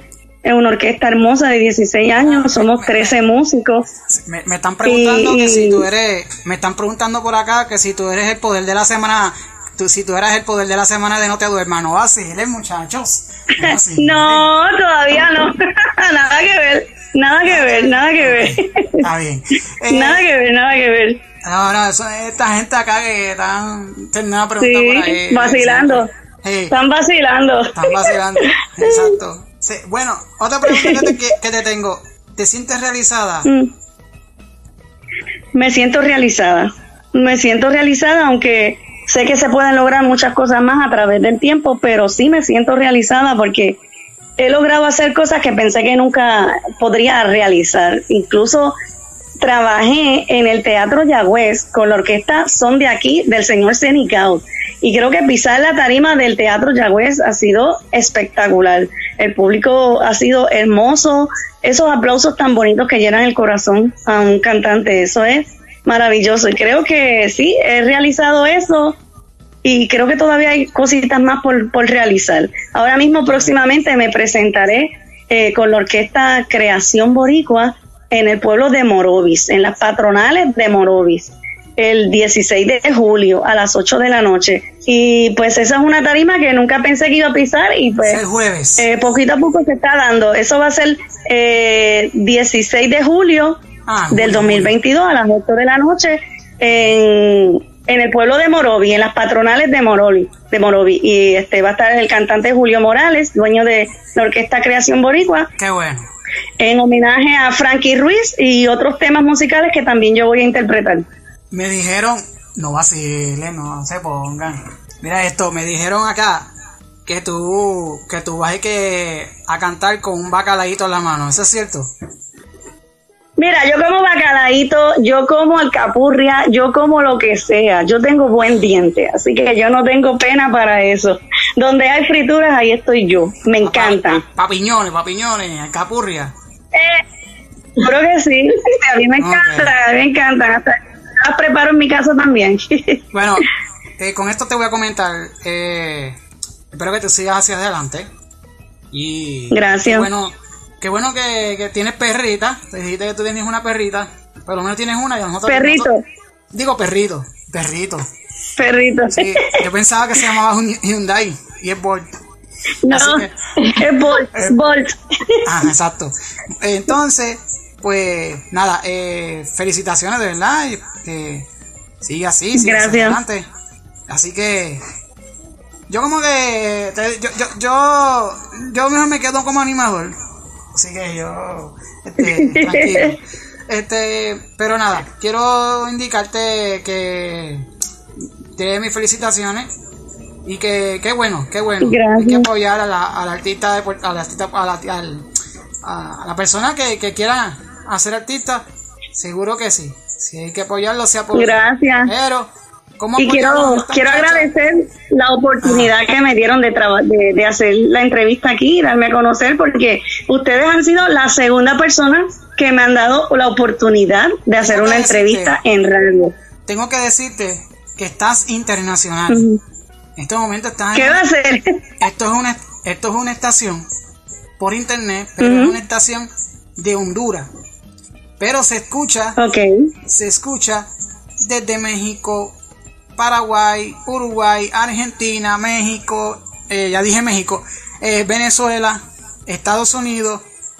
en una orquesta hermosa de dieciséis años, somos trece músicos. Me, me están preguntando y, que si tú eres, me están preguntando por acá que si tú eres el poder de la semana, tú, si tú eras el poder de la semana de No Te Duermas. No vaciles, muchachos. No, vaciles. No, todavía no. Nada que ver, nada que ver, nada que ver. Está bien. Eh, nada que ver, nada que ver. No, no, eso, esta gente acá que están terminando preguntas sí, por ahí. vacilando. Sí. Están vacilando. Están vacilando, exacto. Sí, bueno, otra pregunta que te, que, que te tengo. ¿Te sientes realizada? Mm. Me siento realizada. Me siento realizada, aunque sé que se pueden lograr muchas cosas más a través del tiempo, pero sí me siento realizada porque he logrado hacer cosas que pensé que nunca podría realizar. Incluso trabajé en el Teatro Yagüez con la orquesta Son de Aquí del señor Cenicao. Y creo que pisar la tarima del Teatro Yagüez ha sido espectacular. El público ha sido hermoso. Esos aplausos tan bonitos que llenan el corazón a un cantante, eso es maravilloso. Y creo que sí, he realizado eso y creo que todavía hay cositas más por, por realizar. Ahora mismo, próximamente, me presentaré eh, con la orquesta Creación Boricua en el pueblo de Morovis, en las patronales de Morovis, el dieciséis de julio a las ocho de la noche. Y pues esa es una tarima que nunca pensé que iba a pisar y pues el jueves. Eh, poquito a poco se está dando. Eso va a ser eh, dieciséis de julio ah, del dos mil veintidós a las ocho de la noche en, en el pueblo de Morovis, en las patronales de Morovis, de Morovis. Y este va a estar el cantante Julio Morales, dueño de la orquesta Creación Boricua. Qué bueno. En homenaje a Frankie Ruiz y otros temas musicales que también yo voy a interpretar. Me dijeron, no vacilen, no se pongan. Mira esto, me dijeron acá que tú que tú vas a, que, a cantar con un bacalaíto en la mano. ¿Eso es cierto? Mira, yo como bacalaíto, yo como alcapurria, yo como lo que sea. Yo tengo buen diente, así que yo no tengo pena para eso. Donde hay frituras, ahí estoy yo. Me encantan. Papiñones, papiñones, alcapurria. Eh, creo que sí. A mí me encanta, okay. me encantan. Hasta las preparo en mi casa también. Bueno, eh, con esto te voy a comentar. Eh, espero que te sigas hacia adelante. Y gracias. Qué bueno, qué bueno que, que tienes perrita. Te dijiste que tú tienes una perrita. Por lo menos tienes una y a nosotros. Perrito. Nosotros, digo perrito, perrito. Perrito. Sí, yo pensaba que se llamaba Hyundai y es Bolt. No, que, es Bolt, eh, Bolt. Ah, exacto. Entonces, pues nada, eh, felicitaciones de verdad. Eh, sigue así, sigue Gracias. adelante. Así que yo como que te, yo, yo, yo, yo mejor me quedo como animador. Así que yo, este, tranquilo. Este, pero nada, quiero indicarte que te doy mis felicitaciones y que qué bueno, qué bueno. Gracias. Hay que apoyar a la, a la artista, a la artista, a la, al, a la persona que, que quiera hacer artista, seguro que sí. Si hay que apoyarlo, se apoya. Gracias. Pero ¿cómo y quiero quiero muchacha? agradecer la oportunidad ah. que me dieron de, de de hacer la entrevista aquí y darme a conocer, porque ustedes han sido la segunda persona que me han dado la oportunidad de hacer una decirte, entrevista en radio. Tengo que decirte que estás internacional. Uh-huh. En este momento estás. ¿Qué en, va a hacer? Esto es una esto es una estación por internet, pero uh-huh. es una estación de Honduras. Pero se escucha, okay. se escucha desde México, Paraguay, Uruguay, Argentina, México, eh, ya dije México, eh, Venezuela, Estados Unidos,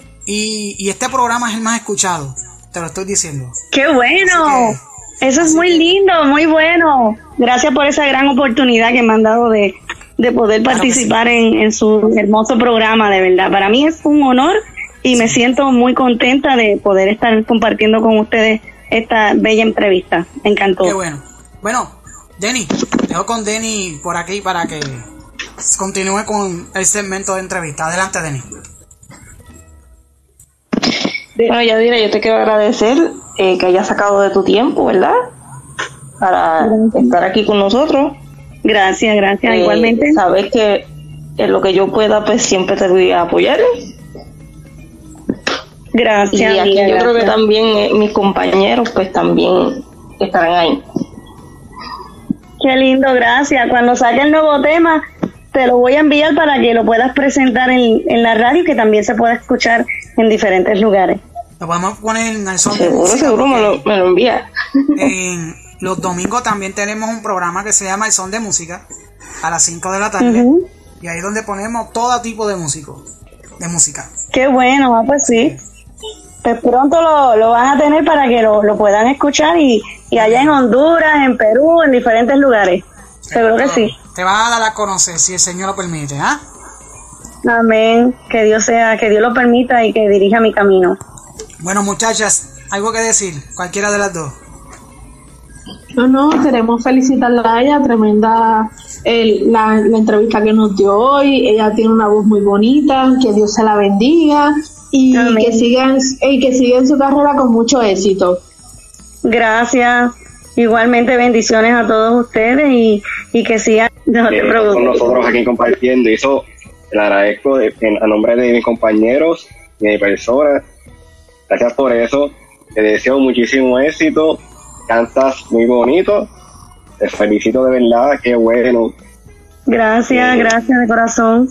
y, y este programa es el más escuchado, te lo estoy diciendo. ¡Qué bueno! Que, Eso es muy que, lindo, muy bueno. Gracias por esa gran oportunidad que me han dado de, de poder claro participar sí. en, en su hermoso programa, de verdad. Para mí es un honor y sí. me siento muy contenta de poder estar compartiendo con ustedes esta bella entrevista. Me encantó. Qué bueno. Bueno, Denny, dejo con Denny por aquí para que continúe con el segmento de entrevista. Adelante, Denny. Bueno, Yadira, yo te quiero agradecer eh, que hayas sacado de tu tiempo, ¿verdad? Para gracias. estar aquí con nosotros. Gracias, gracias, eh, igualmente. Sabes que en lo que yo pueda, pues siempre te voy a apoyar. Gracias. Y aquí amiga, yo gracias. creo que también eh, mis compañeros, pues también estarán ahí. Qué lindo, gracias. Cuando saque el nuevo tema, te lo voy a enviar para que lo puedas presentar en, en la radio, que también se pueda escuchar en diferentes lugares. Lo podemos poner en el son de Seguro, música. seguro me lo, me lo envía. En los domingos también tenemos un programa que se llama El Son de Música a las cinco de la tarde. Uh-huh. Y ahí es donde ponemos todo tipo de músicos, de música. Qué bueno, ah, pues sí. Pues pronto lo, lo van a tener para que lo, lo puedan escuchar y, y allá en Honduras, en Perú, en diferentes lugares. Seguro que sí. Te van a dar a conocer si el Señor lo permite, ¿ah? Amén. Que Dios sea, que Dios lo permita y que dirija mi camino. Bueno, muchachas, algo que decir, cualquiera de las dos. No, no, queremos felicitarla a ella, tremenda el, la, la entrevista que nos dio hoy. Ella tiene una voz muy bonita, que Dios se la bendiga y Amén. que sigan y que siga en su carrera con mucho éxito. Gracias. Igualmente bendiciones a todos ustedes y, y que sigan no eh, con nosotros aquí compartiendo. Y eso le agradezco de, en, a nombre de mis compañeros, de mi persona. Gracias por eso. Te deseo muchísimo éxito. Cantas muy bonito. Te felicito de verdad. Qué bueno. Gracias, eh, gracias de corazón.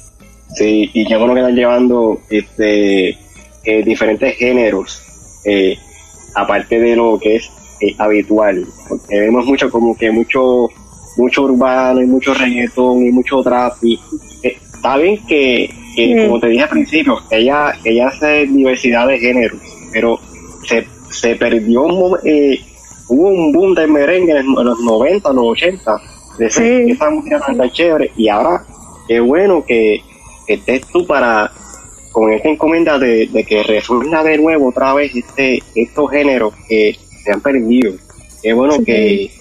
Sí, y qué bueno que están llevando este eh, diferentes géneros. Eh, aparte de lo que es eh, habitual. Porque vemos mucho como que mucho mucho urbano y mucho reggaetón y mucho trap. Y, eh, está bien que, que sí. Como te dije al principio, ella, ella hace diversidad de géneros, pero se, se perdió un, eh, hubo un boom del merengue en los noventa, los ochenta, de ese, sí. esa música tan chévere, y ahora qué bueno que, que estés tú para con esta encomienda de, de que resurja de nuevo otra vez este estos géneros que se han perdido. Qué bueno sí. que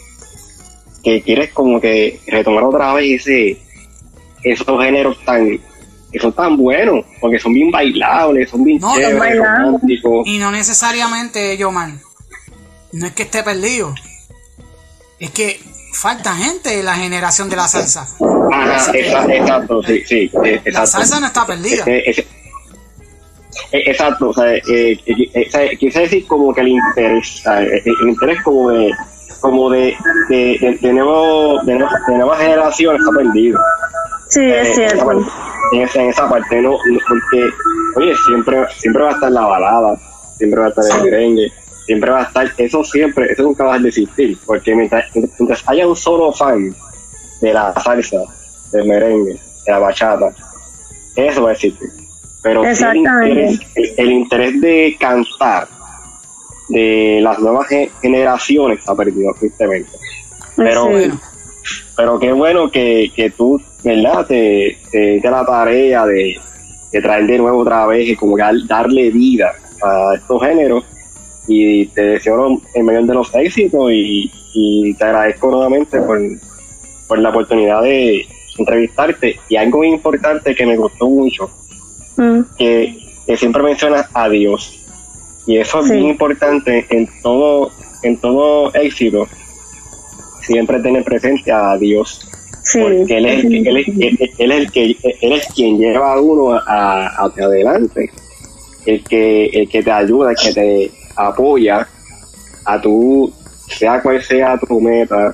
que quieres como que retomar otra vez ese esos géneros tan que son tan buenos, porque son bien bailables, son bien no, chéveres, románticos. Y no necesariamente, Yoman, no es que esté perdido, es que falta gente en la generación de la salsa. Ajá, exacto, exacto, sí, sí, exacto. La salsa no está perdida. Es, es, es, exacto, o sea, eh, eh, eh, quise decir como que el interés, el, el interés como de como de de, de, de, nuevo, de, nuevo, de nuevas generaciones está perdido. Sí, es eh, cierto. En esa, en esa parte, no, no, porque, oye, siempre siempre va a estar la balada, siempre va a estar el merengue, siempre va a estar, eso siempre, eso nunca va a desistir, porque mientras, mientras haya un solo fan de la salsa, del merengue, de la bachata, eso va a existir. Pero el interés, el, el interés de cantar de las nuevas generaciones está perdido, tristemente. Pero, sí. pero qué bueno que, que tú, ¿verdad? Te, te te la tarea de, de traer de nuevo otra vez y como que darle vida a estos géneros, y te deseo el mayor de los éxitos y, y te agradezco nuevamente por, por la oportunidad de entrevistarte. Y algo importante que me gustó mucho, mm. que, que siempre mencionas a Dios, y eso es sí. bien importante en todo en todo éxito, siempre tener presente a Dios. Sí, porque él es, él, es, él, él es el que él es quien lleva a uno a, a, hacia adelante, el que el que te ayuda, el que te apoya a tu, sea cual sea tu meta,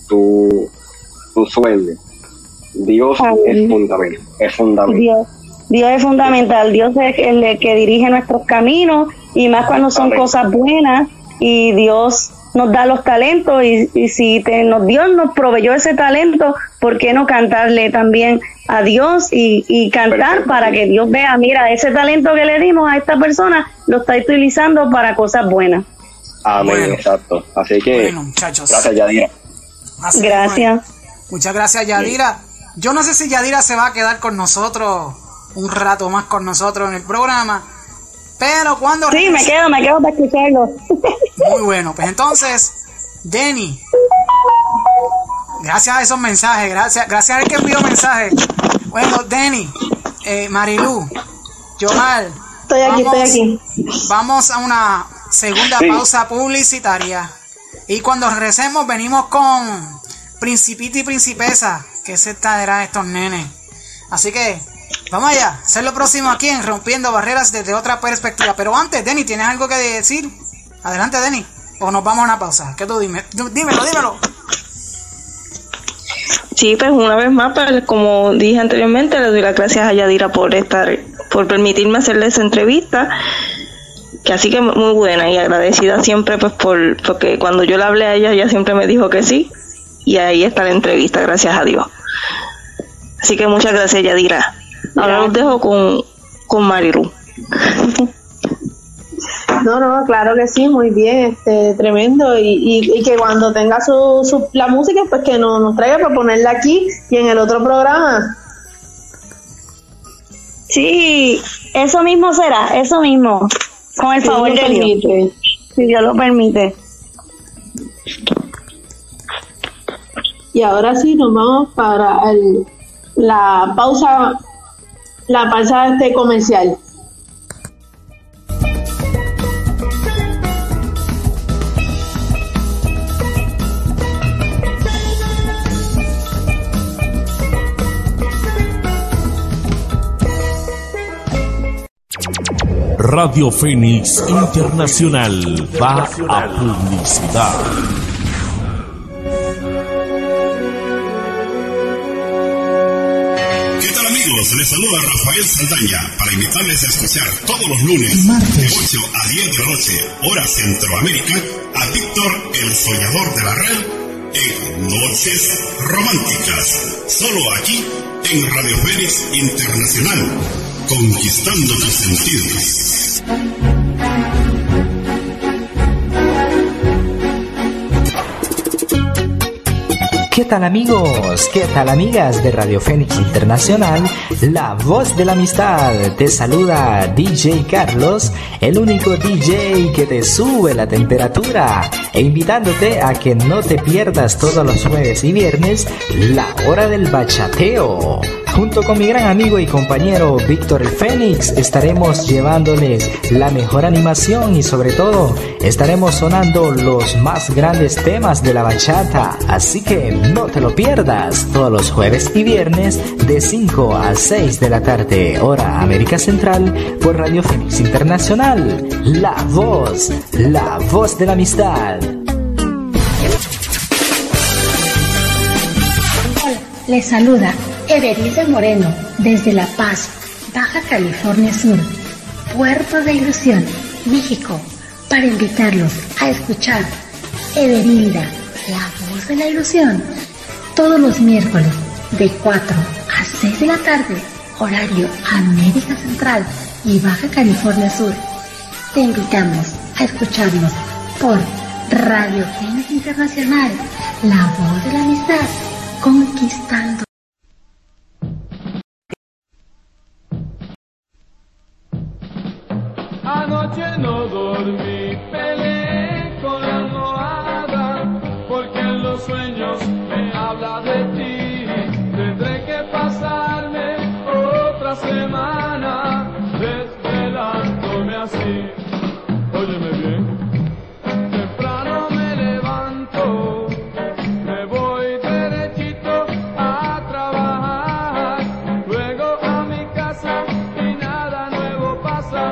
tu tu sueño. Dios Amén. es fundamental, es fundamental. Dios, Dios es fundamental. Dios es el que dirige nuestros caminos, y más cuando son Amén. cosas buenas, y Dios nos da los talentos, y, y si te, nos, Dios nos proveyó ese talento, ¿por qué no cantarle también a Dios y, y cantar Perfecto. para que Dios vea, mira, ese talento que le dimos a esta persona lo está utilizando para cosas buenas? Amén, bueno. exacto. Así que, bueno, muchachos. Gracias, Yadira. Así gracias. Es, bueno. Muchas gracias, Yadira. Yo no sé si Yadira se va a quedar con nosotros un rato más con nosotros en el programa, pero cuando... Sí, me quedo, me quedo para escucharlo. Muy bueno, pues entonces, Denny, gracias a esos mensajes, gracias, gracias al que envió mensajes. Bueno, Denny, eh, Marilu, Yomal, estoy aquí, vamos, estoy aquí. Vamos a una segunda sí. pausa publicitaria, y cuando regresemos venimos con Principito y Principesa, que se traerán estos nenes. Así que vamos allá, hacer lo próximo aquí en Rompiendo Barreras desde otra perspectiva. Pero antes, Denny, ¿tienes algo que decir? Adelante, Denny. O nos vamos a una pausa. ¿Qué tú dime? Dímelo, dímelo. Sí, pues una vez más, pues, como dije anteriormente, le doy las gracias a Yadira por estar, por permitirme hacerle esa entrevista, que así que muy buena y agradecida siempre, pues por, porque cuando yo le hablé a ella, ella siempre me dijo que sí, y ahí está la entrevista, gracias a Dios. Así que muchas gracias, Yadira. Ahora los dejo con, con Marilu. No, no, claro que sí, muy bien, este, tremendo, y, y, y que cuando tenga su, su la música, pues que nos, nos traiga para ponerla aquí y en el otro programa. Sí, eso mismo será, eso mismo, con el Si favor Dios de lo Dios, permite. si Dios lo permite. Y ahora sí nos vamos para el, la pausa, la pausa este comercial. Radio Fénix Internacional va a publicidad. ¿Qué tal, amigos? Les saluda Rafael Saldaña para invitarles a escuchar todos los lunes de ocho a diez de la noche, hora Centroamérica, a Víctor el Soñador de la Red en Noches Románticas, solo aquí en Radio Fénix Internacional, conquistando tus sentidos. ¿Qué tal, amigos? ¿Qué tal, amigas de Radio Fénix Internacional? La voz de la amistad. Te saluda D J Carlos, el único D J que te sube la temperatura, e invitándote a que no te pierdas todos los jueves y viernes la hora del bachateo. Junto con mi gran amigo y compañero Víctor el Fénix estaremos llevándoles la mejor animación y sobre todo estaremos sonando los más grandes temas de la bachata. Así que no te lo pierdas todos los jueves y viernes de cinco a seis de la tarde, hora América Central, por Radio Fénix Internacional. La voz, la voz de la amistad. Hola, les saluda Everilda Moreno desde La Paz, Baja California Sur, Puerto de Ilusión, México, para invitarlos a escuchar Everilda, la voz de la ilusión, todos los miércoles de cuatro a seis de la tarde, horario América Central y Baja California Sur. Te invitamos a escucharnos por Radio Fénix Internacional, la voz de la amistad, conquistando. Anoche no dormí, peleé con la almohada, porque en los sueños me habla de ti. Tendré que pasarme otra semana desvelándome así. Óyeme bien, temprano me levanto, me voy derechito a trabajar, luego a mi casa y nada nuevo pasa.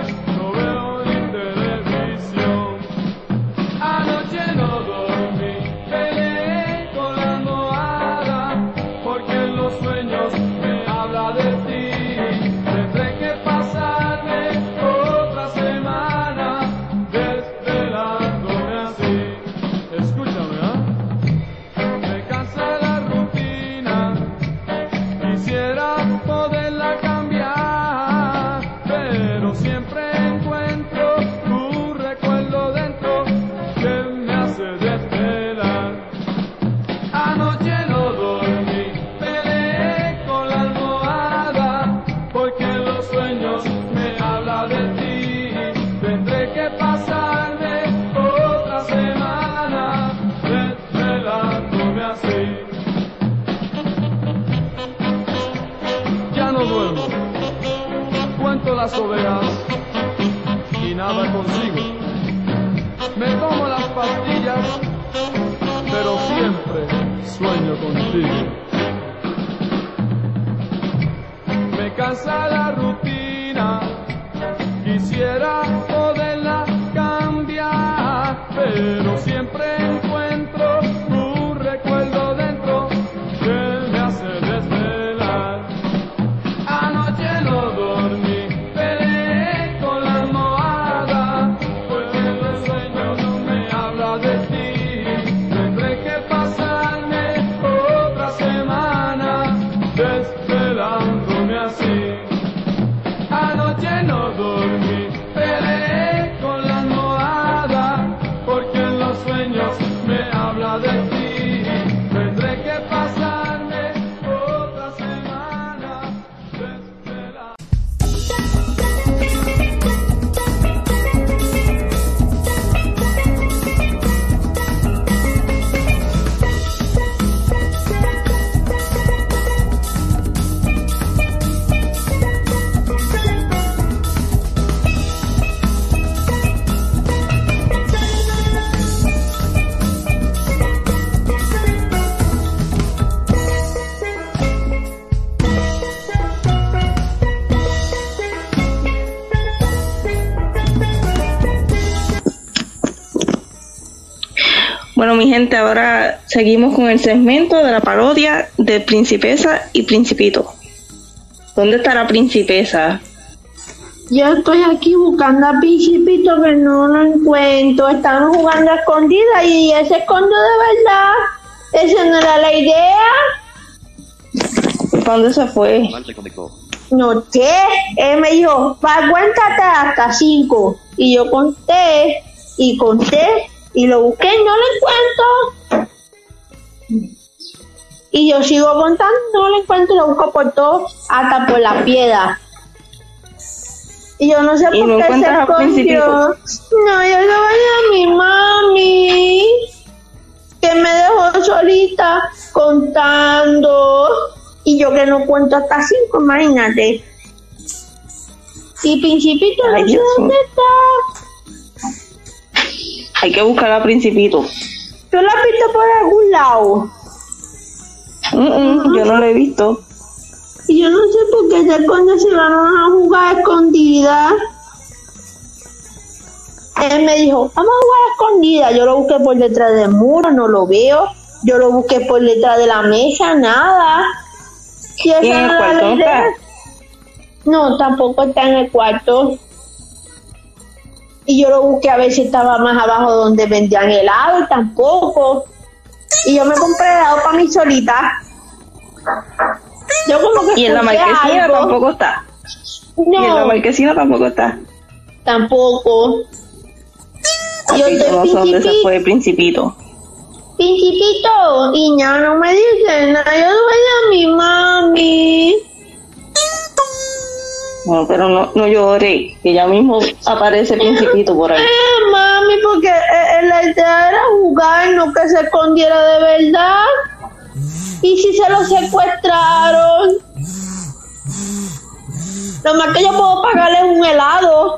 Las ovejas y nada consigo. Me tomo las pastillas, pero siempre sueño contigo. Me cansa la rutina, quisiera poderla cambiar, pero siempre encuentro tu recuerdo dentro que me mi gente, ahora seguimos con el segmento de la parodia de Principesa y Principito. ¿Dónde está la Principesa? Yo estoy aquí buscando a Principito que no lo encuentro. Estamos jugando a escondida y él se escondió de verdad. Esa no era la idea. ¿Para dónde se fue? No sé. Él me dijo, va, cuéntate hasta cinco. Y yo conté y conté y lo busqué y no lo encuentro. Y yo sigo contando, no lo encuentro, lo busco por todo, hasta por la piedra. Y yo no sé por no qué se escondió. No, yo le voy a mi mami, que me dejó solita contando. Y yo que no cuento hasta cinco, imagínate. Y Principito, no sé dónde está. Hay que buscar a Principito. ¿Tú la has visto por algún lado? Mm, mm, yo no lo he visto. Y yo no sé por qué se cuando se van a jugar a escondida. Él me dijo, vamos a jugar a escondida. Yo lo busqué por detrás del muro, no lo veo. Yo lo busqué por detrás de la mesa, nada. ¿Y esa ¿Y en el no cuarto la no idea? está? No, tampoco está en el cuarto. Y yo lo busqué a ver si estaba más abajo donde vendían helado y tampoco. Y yo me compré helado para mí solita. Yo como que Y en la escuché marquesina algo. tampoco está. No. Y en la marquesina tampoco está. Tampoco. Yo Y no estoy sé dónde se Principito. fue Principito. Principito. Y ya no me dicen nada. Yo voy a mi mami. No, pero no, no lloré, que ya mismo aparece Principito por ahí. Eh, mami, porque eh, eh, la idea era jugar, no que se escondiera de verdad. ¿Y si se lo secuestraron? Lo más que yo puedo pagarle es un helado.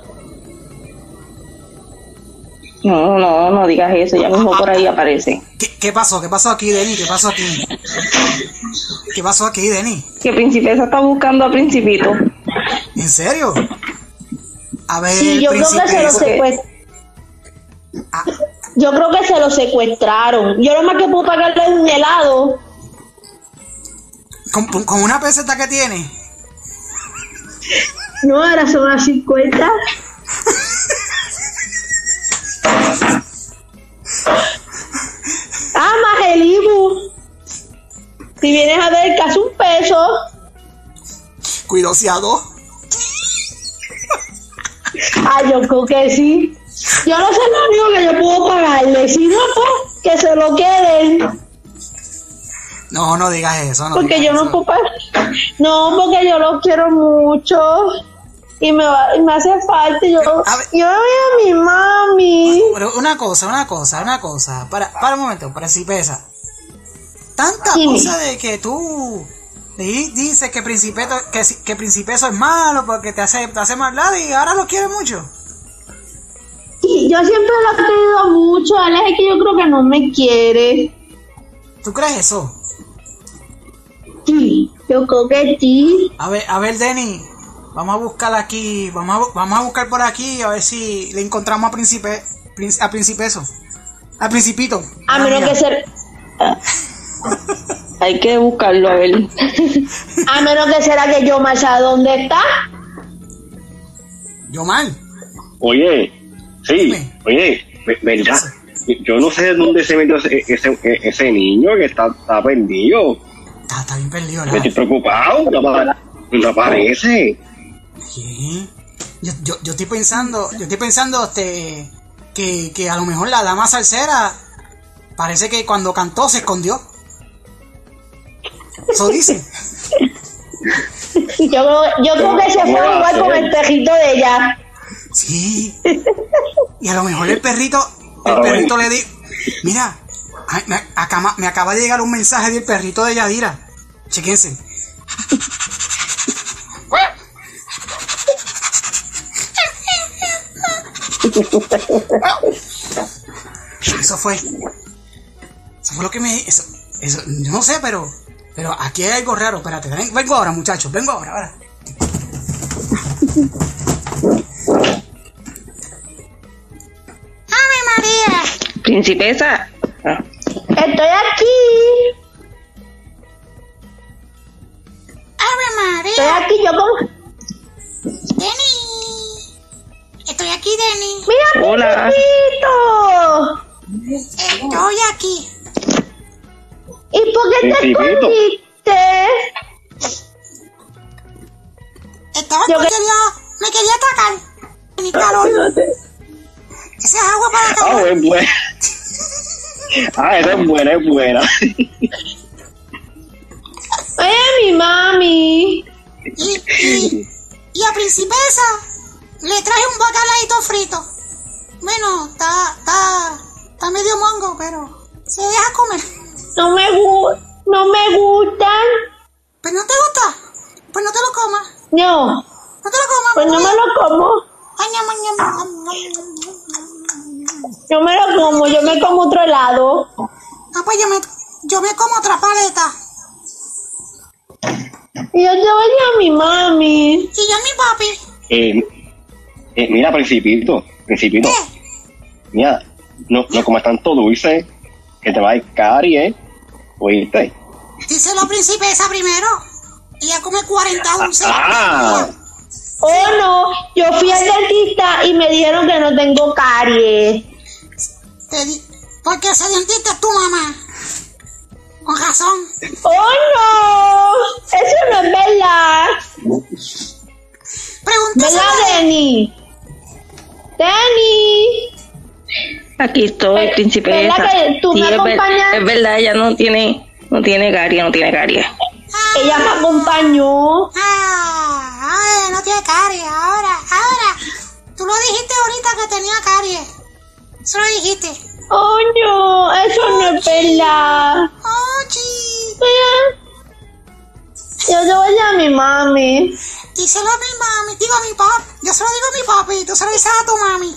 No, no, no digas eso, ya mismo por ahí aparece. ¿Qué, qué pasó? ¿Qué pasó aquí, Denny? ¿Qué pasó aquí? ¿Qué pasó aquí, Denny? Que Principesa está buscando a Principito. ¿En serio? A ver, Sí, yo creo que se lo Principesa. secuestraron. Yo creo que se lo secuestraron. Yo lo más que puedo pagarle es un helado. ¿Con, con- con una peseta que tiene? No, ahora son las cincuenta. Ah, más el Ibu. Si vienes a ver, casi un peso. Cuidoseado. Ah, yo creo que sí. Yo no sé lo único que yo puedo pagarle. Si no, pues, que se lo queden. No, no digas eso. No Porque digas yo no eso. puedo pagar. No, porque yo los quiero mucho. Y me, va, y me hace falta. Yo, yo voy a mi mami. Pero una cosa, una cosa, una cosa. Para, para un momento, Principesa. Tanta Sí. cosa de que tú di- dices que Principeto, que, si- que Principeso es malo porque te hace, te hace maldad y ahora lo quiere mucho. Sí, yo siempre lo he querido mucho. Él es que yo creo que no me quiere. ¿Tú crees eso? Sí, yo creo que sí. A ver, a ver, Denny, vamos a buscar aquí, vamos a, bu- vamos a buscar por aquí a ver si le encontramos a Príncipe, Princ- a Principeso, a Principito. A menos que ser, Hay que buscarlo, a ver. a menos que será que yo más a dónde está. Yo mal. Oye, sí, oye, ve- ¿verdad? Yo no sé de dónde se metió ese, ese, ese niño que está, está perdido. Está, está bien perdido, Me ¿verdad? estoy preocupado, no, apa- no aparece. Sí. Yo, yo, yo estoy pensando, yo estoy pensando este que, que a lo mejor la dama salsera parece que cuando cantó se escondió. Eso dice. Yo, creo- yo creo que se fue a jugar con el perrito de ella. Sí. Y a lo mejor el perrito, el Ah, perrito bueno. le di, mira, ay, me, acaba, me acaba de llegar un mensaje del perrito de Yadira. Chequense. Eso fue. Eso fue lo que me. Eso, eso, yo no sé, pero. Pero aquí hay algo raro. Espérate, ven- vengo ahora, muchachos. Vengo ahora, ahora. Principesa. Ah, Estoy aquí. ¡Ave María! Estoy aquí, yo como... ¡Denny! Estoy aquí, Denny. ¡Mira, Hola. Principito! Estoy aquí. ¿Y por qué te Principito. escondiste? Estaba Yo porque que- quería, me quería atacar. Mi calor. Esa es agua para Ah, calor. es buena. Ah, esa es buena, es buena. Oye, mi mami. Y, y, y a Principesa le traje un bacalaíto frito. Bueno, está, está, está medio mongo, pero se deja comer. No me gu- no me gustan. ¿Pero no te gusta? Pues no te lo comas. No, No te lo comas. pues no me lo como. Ay, ñam, ñam, ñam, ñam. Yo me lo como, yo me como otro helado. Ah, pues yo me, yo me como otra paleta. Y yo te voy a mi mami. Y yo mi papi. Eh, eh, mira, Principito, Principito. Mira, no, no comas tanto dulce, que te va a dar caries, ¿oíste? Díselo a Principesa primero. Ella come cuarenta dulces. Ah, Oh no, yo fui al dentista y me dijeron que no tengo caries. Te di- porque ese dentista es tu mamá. Con razón. Oh no, eso no es verdad. Pregúntaselo. ¿Verdad, Denny? Denny. Aquí estoy, Principesa. ¿verdad que tú Sí, me es, ver- acompañas? es verdad, ella no tiene, no tiene caries, no tiene caries. Ella me acompañó. Ah, ay, no tiene caries. Ahora, ahora. Tú lo dijiste ahorita que tenía caries. Eso lo dijiste. Oh no, eso no es verdad. Ochi. Yo te voy a mi mami. Díselo a mi mami. Digo a mi papi. Yo se lo digo a mi papi. Tú se lo dices a tu mami.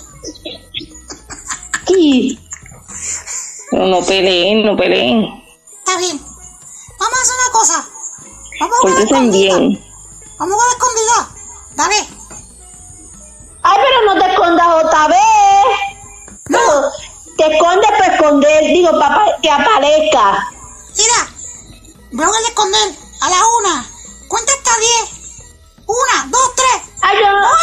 ¿Qué? No, no peleen, no peleen. Está bien. Vamos a hacer una cosa. Vamos a jugar Pórtense escondida. bien. Vamos a jugar escondida. Dale. Ay, pero no te escondas otra vez. No. Te escondes para esconder, digo, para que aparezca. Mira. Voy a jugar de esconder. A la una. Cuenta hasta diez. Una, dos, tres. Ay, yo no,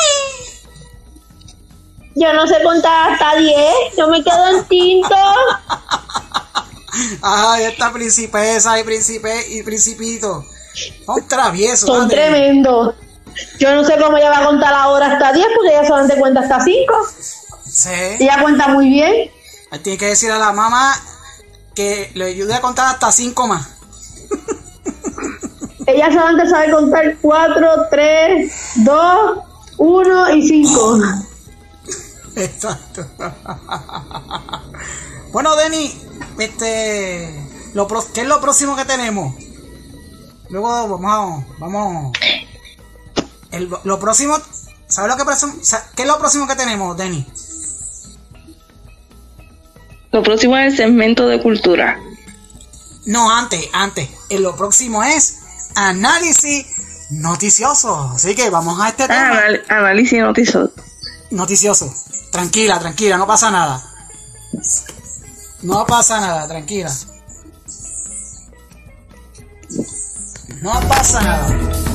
yo no sé contar hasta diez. Yo me quedo en tinto. Ay, esta Principesa y Príncipe y Principito. Son traviesos. Son madre. tremendos. Yo no sé cómo ella va a contar ahora hasta diez porque ella solamente cuenta hasta cinco. Sí. Ella cuenta muy bien. Ahí tiene que decir a la mamá que le ayude a contar hasta cinco más. Ella solamente sabe contar cuatro, tres, dos, uno y cinco. Exacto. Bueno, Denny, este, lo pro- ¿qué es lo próximo que tenemos? Luego vamos a, vamos, el- lo próximo, ¿sabes lo que próximo- sa- qué es lo próximo que tenemos, Denny? Lo próximo es el segmento de cultura. No, antes, antes, en lo próximo es análisis noticioso, así que vamos a este Ah, tema. anal- análisis noticioso. Noticioso. Tranquila, tranquila, no pasa nada. No pasa nada, tranquila. No pasa nada.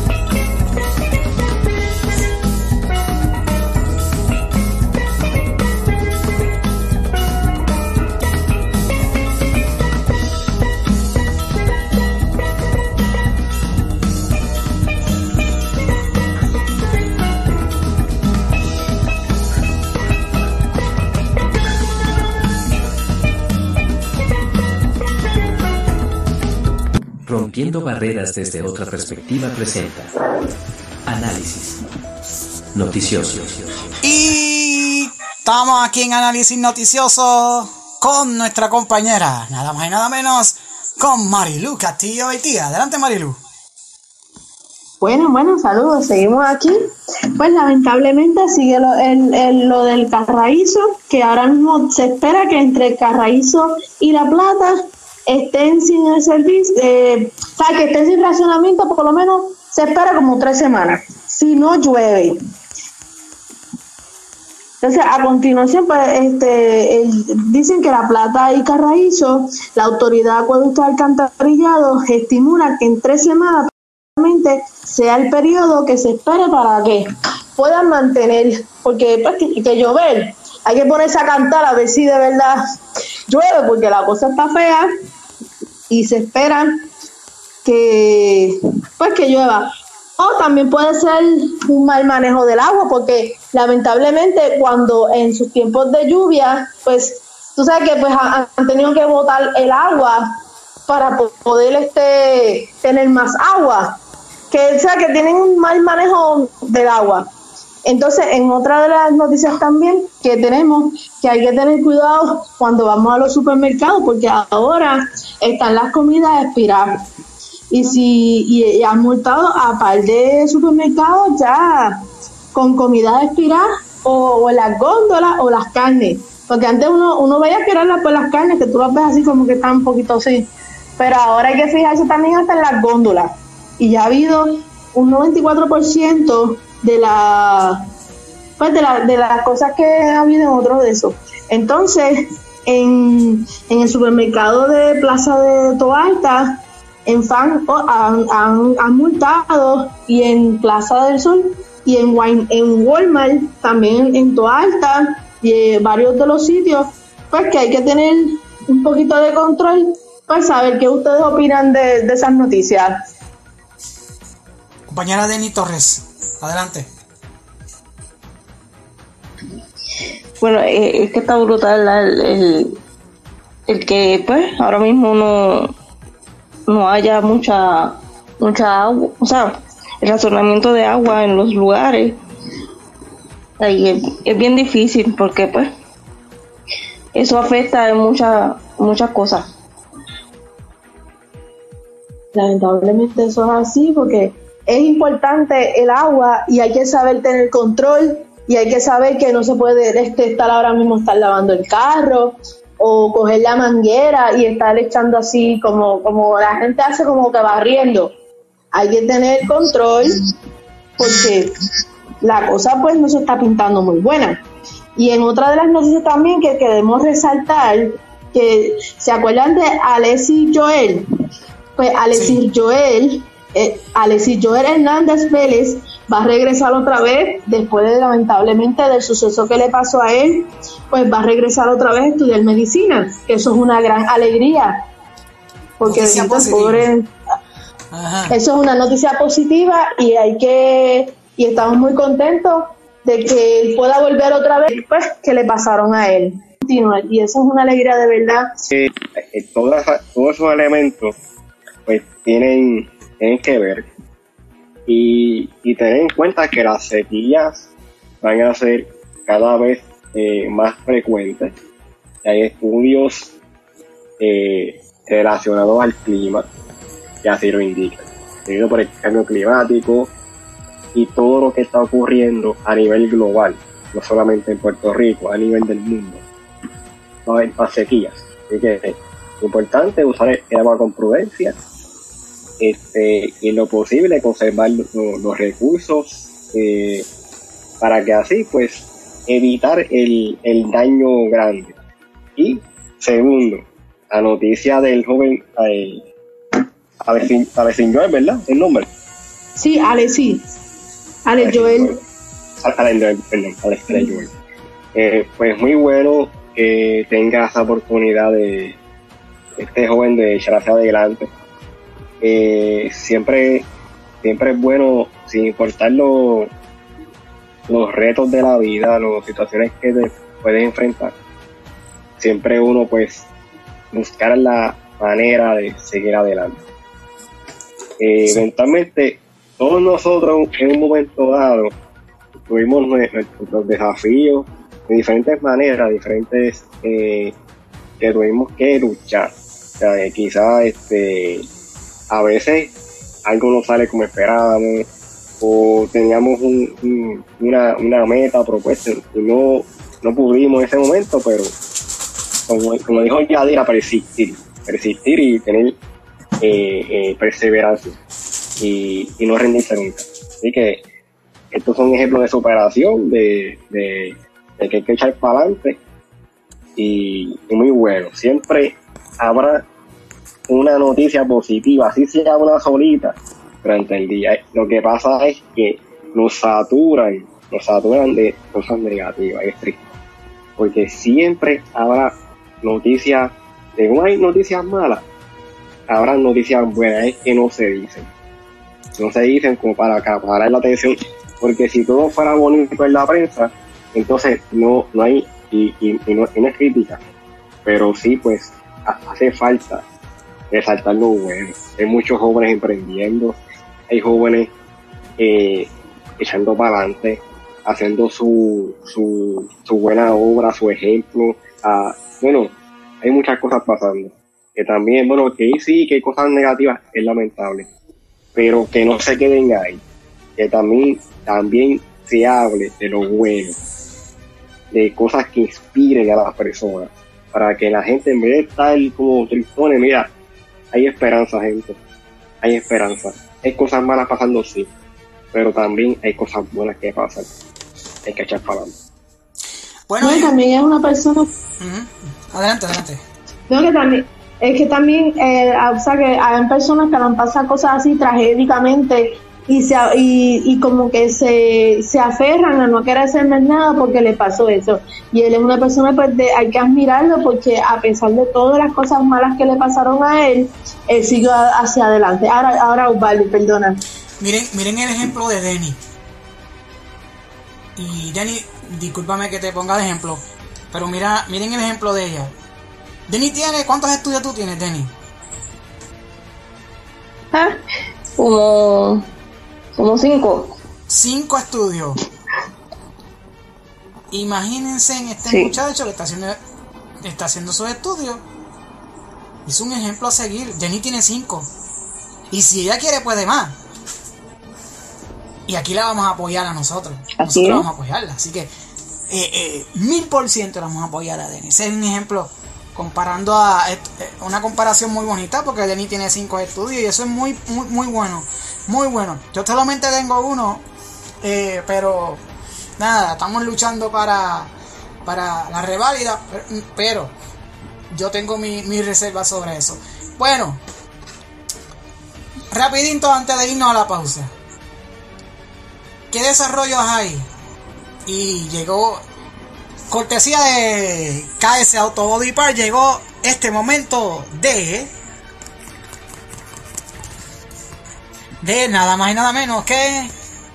Rompiendo barreras desde otra perspectiva presenta Análisis Noticioso. Y estamos aquí en análisis noticioso con nuestra compañera, nada más y nada menos, con Marilu Castillo Beitía. Adelante, Marilu. Bueno, bueno, saludos, seguimos aquí. Pues lamentablemente sigue lo, el, el- lo del Carraízo, que ahora mismo se espera que entre Carraízo y La Plata estén sin el servicio, eh, o sea, que estén sin racionamiento, por lo menos se espera como tres semanas, si no llueve. Entonces, a continuación, pues, este, el, dicen que la Plata y Carraízo, la Autoridad de Acueductos Alcantarillados, estimula que en tres semanas sea el periodo que se espere para que puedan mantener, porque pues, que, que llover, hay que ponerse a cantar a ver si de verdad llueve, porque la cosa está fea y se espera que pues que llueva. O también puede ser un mal manejo del agua, porque lamentablemente cuando en sus tiempos de lluvia, pues tú sabes que pues han, han tenido que botar el agua para poder este tener más agua, que o sea que tienen un mal manejo del agua. Entonces, en otra de las noticias también que tenemos, que hay que tener cuidado cuando vamos a los supermercados, porque ahora están las comidas expiradas. Y si y, y han multado a par de supermercados ya con comida expirada o, o las góndolas o las carnes. Porque antes uno uno veía que eran las, pues, las carnes, que tú las ves así como que están un poquito así. Pero ahora hay que fijarse también hasta en las góndolas. Y ya ha habido un noventa y cuatro por ciento de la pues de, la, de las cosas que ha habido en otro de esos. Entonces, en, en el supermercado de Plaza de Toalta, en Fan oh, han, han, han multado, y en Plaza del Sol y en, Wine, en Walmart, también en Toalta y eh, varios de los sitios, pues que hay que tener un poquito de control para saber qué ustedes opinan de, de esas noticias. Compañera Denny Torres, adelante. Bueno, eh, es que está brutal la, el, el, el que pues ahora mismo no, no haya mucha mucha agua, o sea, el razonamiento de agua en los lugares. Ahí es, es bien difícil porque pues eso afecta en muchas muchas cosas. Lamentablemente eso es así, porque es importante el agua y hay que saber tener control, y hay que saber que no se puede este, estar ahora mismo estar lavando el carro o coger la manguera y estar echando así como, como la gente hace, como que barriendo. Hay que tener control porque la cosa pues no se está pintando muy buena. Y en otra de las noticias también que queremos resaltar, que se acuerdan de Alexis Joel, pues Alexis sí. Joel eh, Alexis Joel Hernández Vélez va a regresar otra vez después de, lamentablemente, del suceso que le pasó a él, pues va a regresar otra vez a estudiar medicina, que eso es una gran alegría, porque el pobre, eso es una noticia positiva y hay que y estamos muy contentos de que él pueda volver otra vez, pues, que le pasaron a él. Y eso es una alegría de verdad. Eh, eh, todas, todos esos elementos pues tienen, tienen que ver y, y tener en cuenta que las sequías van a ser cada vez eh, más frecuentes. Hay estudios eh, relacionados al clima que así lo indican, debido por el cambio climático y todo lo que está ocurriendo a nivel global, no solamente en Puerto Rico, a nivel del mundo. Va a haber más sequías, así que es importante usar el agua con prudencia, este, y en lo posible conservar los, los recursos eh, para que así pues evitar el, el daño grande. Y segundo, la noticia del joven eh, Alexis Joel, ¿verdad? El nombre. Sí, Alexis Alex Joel. Alex Joel, perdón, Alex Joel. Eh, pues muy bueno que tenga esa oportunidad de este joven de echar hacia adelante. Eh, siempre siempre es bueno, sin importar lo, los retos de la vida, las situaciones que te puedes enfrentar, siempre uno pues buscar la manera de seguir adelante. Eh, sí. Eventualmente todos nosotros en un momento dado tuvimos nuestros desafíos de diferentes maneras, diferentes eh, que tuvimos que luchar. O sea, eh, quizás este, a veces algo no sale como esperábamos, o teníamos un, un, una, una meta propuesta y no, no pudimos en ese momento, pero como, como dijo Yadira, persistir, persistir y tener eh, eh, perseverancia y, y no rendirse nunca. Así que estos son ejemplos de superación, de, de de que hay que echar para adelante y, y muy bueno. Siempre habrá una noticia positiva, así sea una solita, durante el día. Lo que pasa es que nos saturan, nos saturan de cosas negativas, es triste, porque siempre habrá noticias, de no hay noticias malas, habrá noticias buenas, es que no se dicen, no se dicen como para acaparar la atención, porque si todo fuera bonito en la prensa, entonces no, no hay, y, y, y, no, y no es crítica, pero sí pues hace falta resaltar lo bueno. Hay muchos jóvenes emprendiendo, hay jóvenes eh, echando para adelante, haciendo su, su, su buena obra, su ejemplo. Ah, bueno, hay muchas cosas pasando. Que también, bueno, que sí, que hay cosas negativas, es lamentable. Pero que no se queden ahí. Que también, también se hable de lo bueno. De cosas que inspiren a las personas. Para que la gente, en vez de estar como tristones, mira, hay esperanza, gente. Hay esperanza. Hay cosas malas pasando, sí. Pero también hay cosas buenas que pasan. Hay que echar para adelante. Bueno, no, y también es una persona. Uh-huh. Adelante, adelante. No, que también. Es que también, eh, o sea, que hay personas que han pasado cosas así tragédicamente y se y, y como que se, se aferran a no querer hacer más nada porque le pasó eso. Y él es una persona, pues, de, hay que admirarlo porque a pesar de todas las cosas malas que le pasaron a él, él siguió hacia adelante. Ahora, ahora Osvaldo, perdona. Miren, miren el ejemplo de Denny. Y Denny, discúlpame que te ponga de ejemplo, pero mira, miren el ejemplo de ella. Denny tiene, ¿cuántos estudios tú tienes, Denny? Ah, como, como cinco. Cinco estudios. Imagínense en este sí. muchacho que está haciendo, está haciendo sus estudios. Es un ejemplo a seguir. Denny tiene cinco. Y si ella quiere, puede más. Y aquí la vamos a apoyar a nosotros. Nosotros Así vamos a apoyarla. Así que, eh, eh, mil por ciento la vamos a apoyar a Denny. Ese es un ejemplo. Comparando a una comparación muy bonita, porque Denny tiene cinco estudios y eso es muy muy muy bueno, muy bueno. Yo solamente tengo uno, eh, pero nada, estamos luchando para para la reválida, pero, pero yo tengo mi, mi reserva sobre eso. Bueno, rapidito antes de irnos a la pausa, ¿qué desarrollos hay? Y llegó, cortesía de K S Auto Body Parts, llegó este momento de de nada más y nada menos que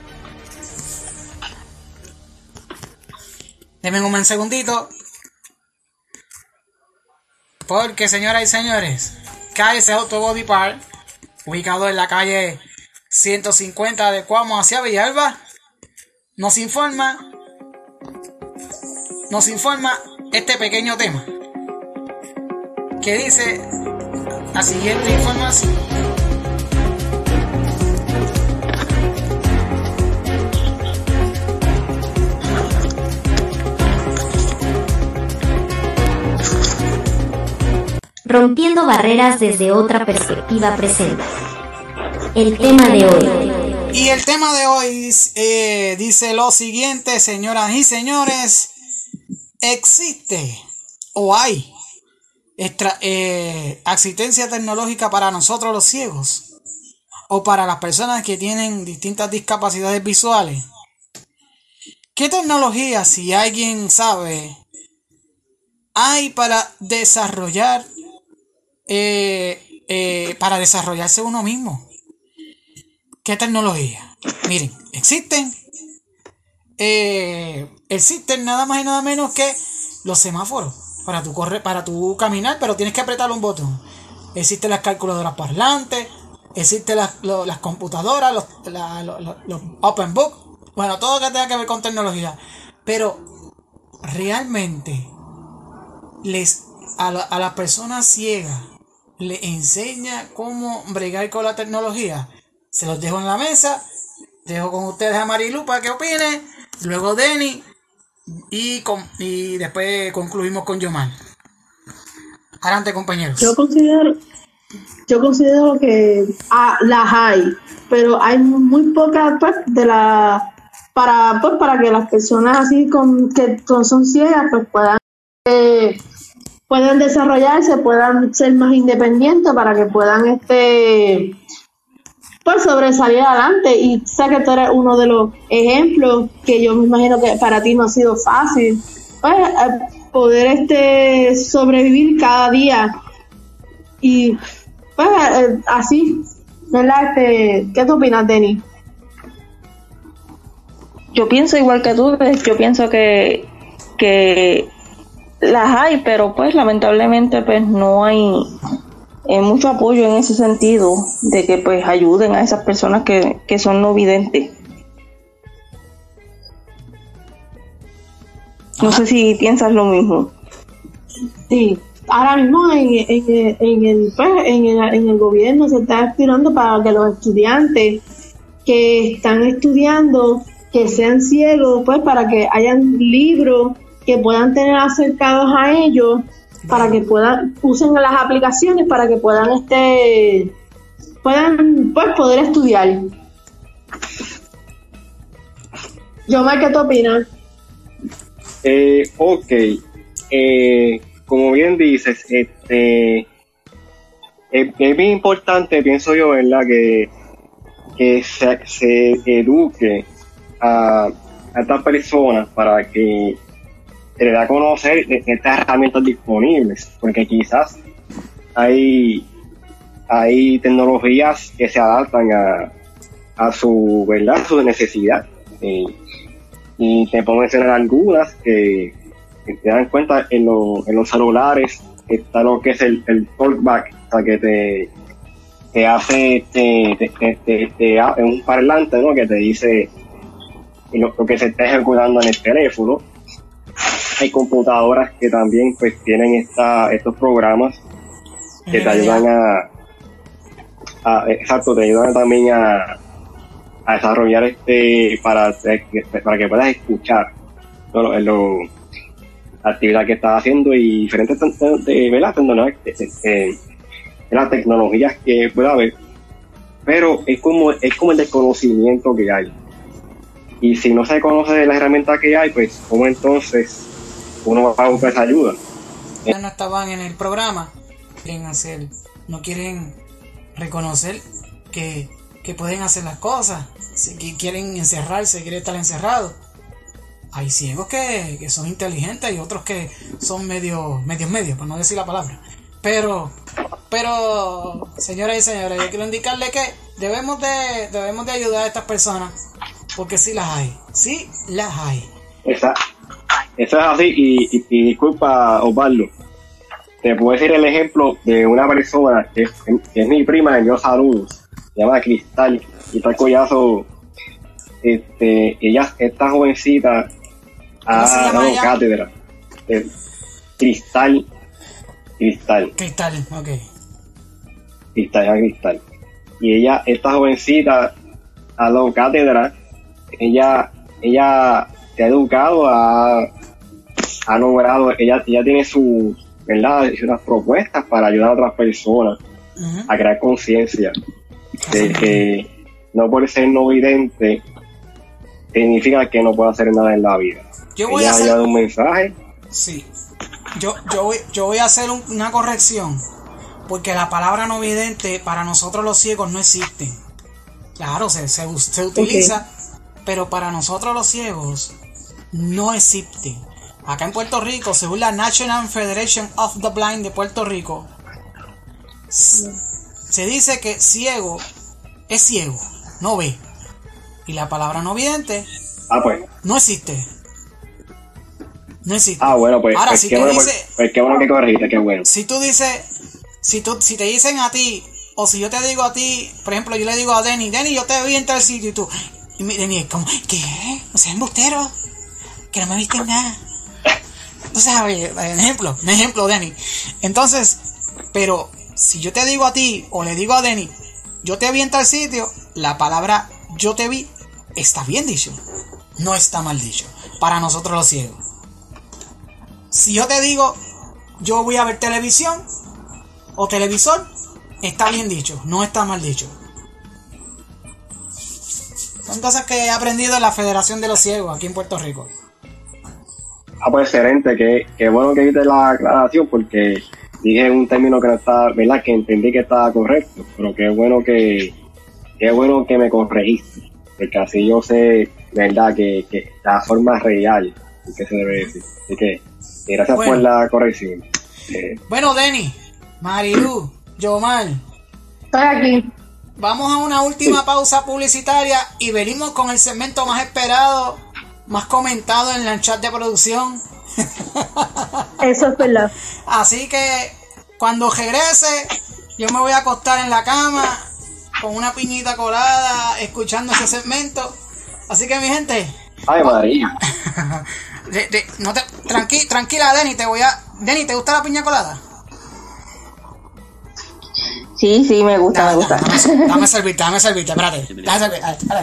denme un segundito, porque señoras y señores, K S Auto Body Parts, ubicado en la calle ciento cincuenta de Cuamo hacia Villalba, nos informa nos informa este pequeño tema que dice la siguiente información. Rompiendo barreras desde otra perspectiva presente. El tema de hoy. Y el tema de hoy eh, dice lo siguiente, señoras y señores. ¿Existe o hay extra, eh, asistencia tecnológica para nosotros los ciegos? ¿O para las personas que tienen distintas discapacidades visuales? ¿Qué tecnología, si alguien sabe, hay para desarrollar, eh, eh, para desarrollarse uno mismo? ¿Qué tecnología? Miren, existen. Eh, existen nada más y nada menos que los semáforos para tu correr, para tu caminar, pero tienes que apretar un botón. Existen las calculadoras parlantes, existen las, lo, las computadoras, los, la, lo, lo, los open book, bueno, todo lo que tenga que ver con tecnología. Pero realmente les a, la, a las personas ciegas le enseña cómo bregar con la tecnología. Se los dejo en la mesa. Dejo con ustedes a Marilu para que opine. Luego Denny. Y, con, y después concluimos con Yomar. Adelante, compañeros. Yo considero, yo considero que ah, las hay, pero hay muy pocas pues, de la para pues para que las personas así con que son ciegas pues puedan eh, puedan desarrollarse, puedan ser más independientes, para que puedan este pues sobresalir adelante. Y sé que tú eres uno de los ejemplos, que yo me imagino que para ti no ha sido fácil, pues poder este sobrevivir cada día y pues así, ¿verdad? Este, ¿qué tú opinas, Denny? Yo pienso igual que tú, yo pienso que que las hay, pero pues lamentablemente pues no hay eh, mucho apoyo en ese sentido, de que pues ayuden a esas personas que, que son no videntes. No sé si piensas lo mismo. Sí, ahora mismo en, en, en, el, pues, en, el, en el gobierno se está estirando para que los estudiantes que están estudiando, que sean ciegos, pues para que hayan libros que puedan tener acercados a ellos, para que puedan, usen las aplicaciones para que puedan este puedan pues poder estudiar. Yomar, ¿qué tú opinas? Eh, ok, eh, como bien dices, este, es, es bien importante, pienso yo, ¿verdad? Que, que se, se eduque a, a estas personas para que se les dé a conocer estas herramientas disponibles, porque quizás hay, hay tecnologías que se adaptan a, a su, ¿verdad? A su necesidad. Eh, y te puedo mencionar algunas que, que te dan cuenta en, lo, en los celulares. Está lo que es el, el talkback, o sea, que te, te hace, te, te, te, te, te, es un parlante, ¿no? Que te dice lo, lo que se está ejecutando en el teléfono. Hay computadoras que también pues tienen esta, estos programas que te ayudan a, a exacto, te ayudan también a a desarrollar este para, para que puedas escuchar, ¿no? lo, lo, la actividad que estás haciendo y diferentes de, de, de, de, de, de las tecnologías que pueda haber, pero es como es como el desconocimiento que hay, y si no se conoce de las herramientas que hay, pues ¿cómo entonces uno va a buscar esa ayuda? Ya no estaban en el programa, quieren hacer, no quieren reconocer que que pueden hacer las cosas, que quieren encerrarse, quieren estar encerrados. Hay ciegos que, que son inteligentes y otros que son medio, medios medios, por no decir la palabra. Pero, pero, señoras y señores, yo quiero indicarle que debemos de, debemos de ayudar a estas personas, porque sí las hay, sí las hay. Esa, eso es así, y, y, y disculpa, Osvaldo, te puedo decir el ejemplo de una persona que es, que es mi prima, envió saludos. Se llama Cristal, Cristal Collazo. Este, ella, esta jovencita ha dado cátedra. Eh, Cristal, Cristal. Cristal, ok. Cristal, ya Cristal. Y ella, esta jovencita ha dado cátedra. Ella, ella se ha educado, ha, ha logrado, ella, ella tiene su, ¿verdad? Unas propuestas para ayudar a otras personas uh-huh. a crear conciencia. De que no por ser no vidente significa que no puede hacer nada en la vida. Yo voy Ella a hacer ha dado un mensaje. Sí. Yo, yo, voy, yo voy a hacer un, una corrección, porque la palabra no vidente para nosotros los ciegos no existe. Claro, se, se, se utiliza, okay. pero para nosotros los ciegos no existe. Acá en Puerto Rico, según la National Federation of the Blind de Puerto Rico, se dice que ciego es ciego, no ve. Y la palabra no vidente ah, pues. no existe. No existe. Ah, bueno, pues. Ahora, pues si qué te bueno, dice, pues, pues qué bueno que corregiste, qué bueno. Si tú dices, si tú, si te dicen a ti, o si yo te digo a ti, por ejemplo, yo le digo a Denny, Denny, yo te vi en tal sitio y tú, y Denny es como, ¿qué? O sea, embustero, que no me viste nada. Tú sabes, un ejemplo, un ejemplo, Denny. Entonces, pero si yo te digo a ti, o le digo a Denny, yo te vi en tal sitio, la palabra yo te vi está bien dicho, no está mal dicho, para nosotros los ciegos. Si yo te digo, yo voy a ver televisión, o televisor, está bien dicho, no está mal dicho. Son cosas que he aprendido en la Federación de los Ciegos aquí en Puerto Rico. Ah, pues excelente, que, que bueno que viste la aclaración porque dije un término que no estaba, ¿verdad? Que entendí que estaba correcto, pero qué bueno que, qué bueno que me corregiste, porque así yo sé, ¿verdad? Que, que la forma real que se debe decir. Así que, gracias bueno. por la corrección. Eh, bueno, Denny, Marilu, Yomar. Estoy aquí. Vamos a una última pausa publicitaria y venimos con el segmento más esperado, más comentado en el chat de producción. Eso es verdad. Así que cuando regrese, yo me voy a acostar en la cama con una piñita colada, escuchando ese segmento. Así que mi gente. Ay, María. de, de, no te, tranqui, tranquila, Denny, te voy a. Denny, ¿te gusta la piña colada? Sí, sí, me gusta, dame, me gusta. Dame, dame servirte, dame servirte, espérate. Dame servirte, a ver, a ver.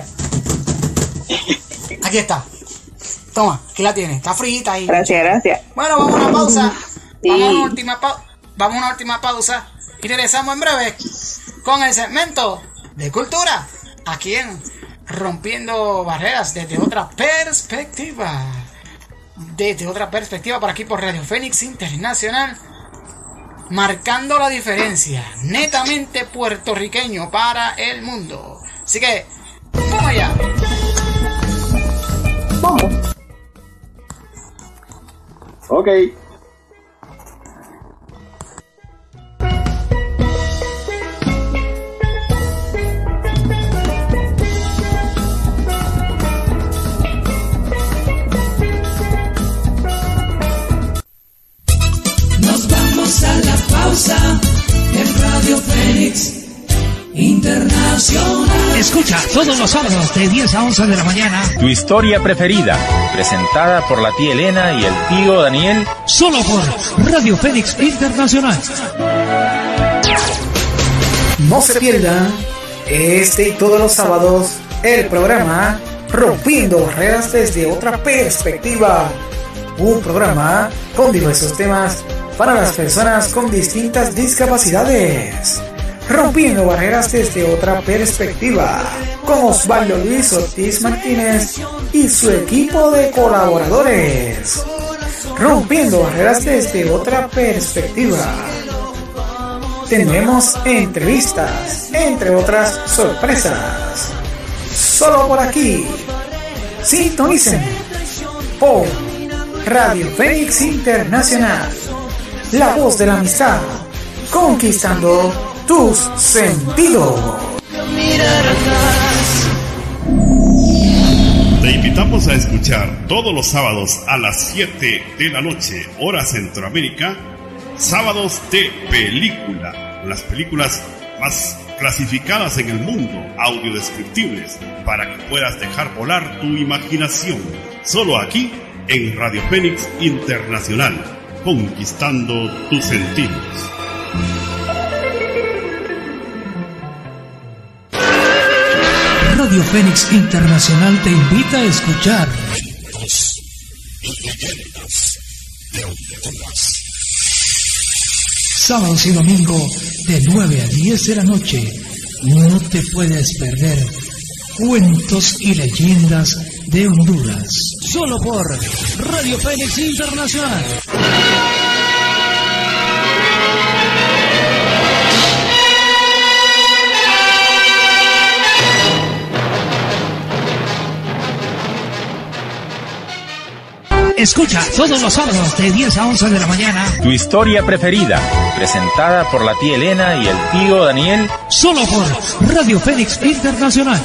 Aquí está. Toma, aquí la tienes, está frita ahí. Gracias, gracias. Bueno, vamos a una pausa. Sí. Vamos a una última pausa. Vamos a una última pausa. Y regresamos en breve con el segmento de cultura. Aquí en Rompiendo Barreras desde otra perspectiva. Desde otra perspectiva, por aquí por Radio Fénix Internacional. Marcando la diferencia, netamente puertorriqueño para el mundo. Así que, vamos allá. Vamos. Ok. Nos vamos a la pausa en Radio Fénix Internacional. Escucha todos los sábados de diez a once de la mañana Tu historia preferida, presentada por la tía Elena y el tío Daniel, solo por Radio Fénix Internacional. No se pierdan este y todos los sábados el programa Rompiendo Barreras desde otra perspectiva. Un programa con diversos temas para las personas con distintas discapacidades. Rompiendo Barreras desde otra perspectiva, con Osvaldo Luis Ortiz Martínez y su equipo de colaboradores. Rompiendo Barreras desde otra perspectiva. Tendremos entrevistas, entre otras sorpresas. Solo por aquí. Sintonicen por Radio Fénix Internacional, la voz de la amistad, conquistando tus sentidos. Te invitamos a escuchar todos los sábados a las siete de la noche, hora Centroamérica, sábados de película, las películas más clasificadas en el mundo, audiodescriptibles, para que puedas dejar volar tu imaginación. Solo aquí en Radio Fénix Internacional, conquistando tus sentidos. Radio Fénix Internacional te invita a escuchar sábados y domingo de nueve a diez de la noche. No te puedes perder cuentos y leyendas de Honduras. Solo por Radio Fénix Internacional. Escucha todos los sábados de diez a once de la mañana Tu historia preferida, presentada por la tía Elena y el tío Daniel, solo por Radio Fénix Internacional.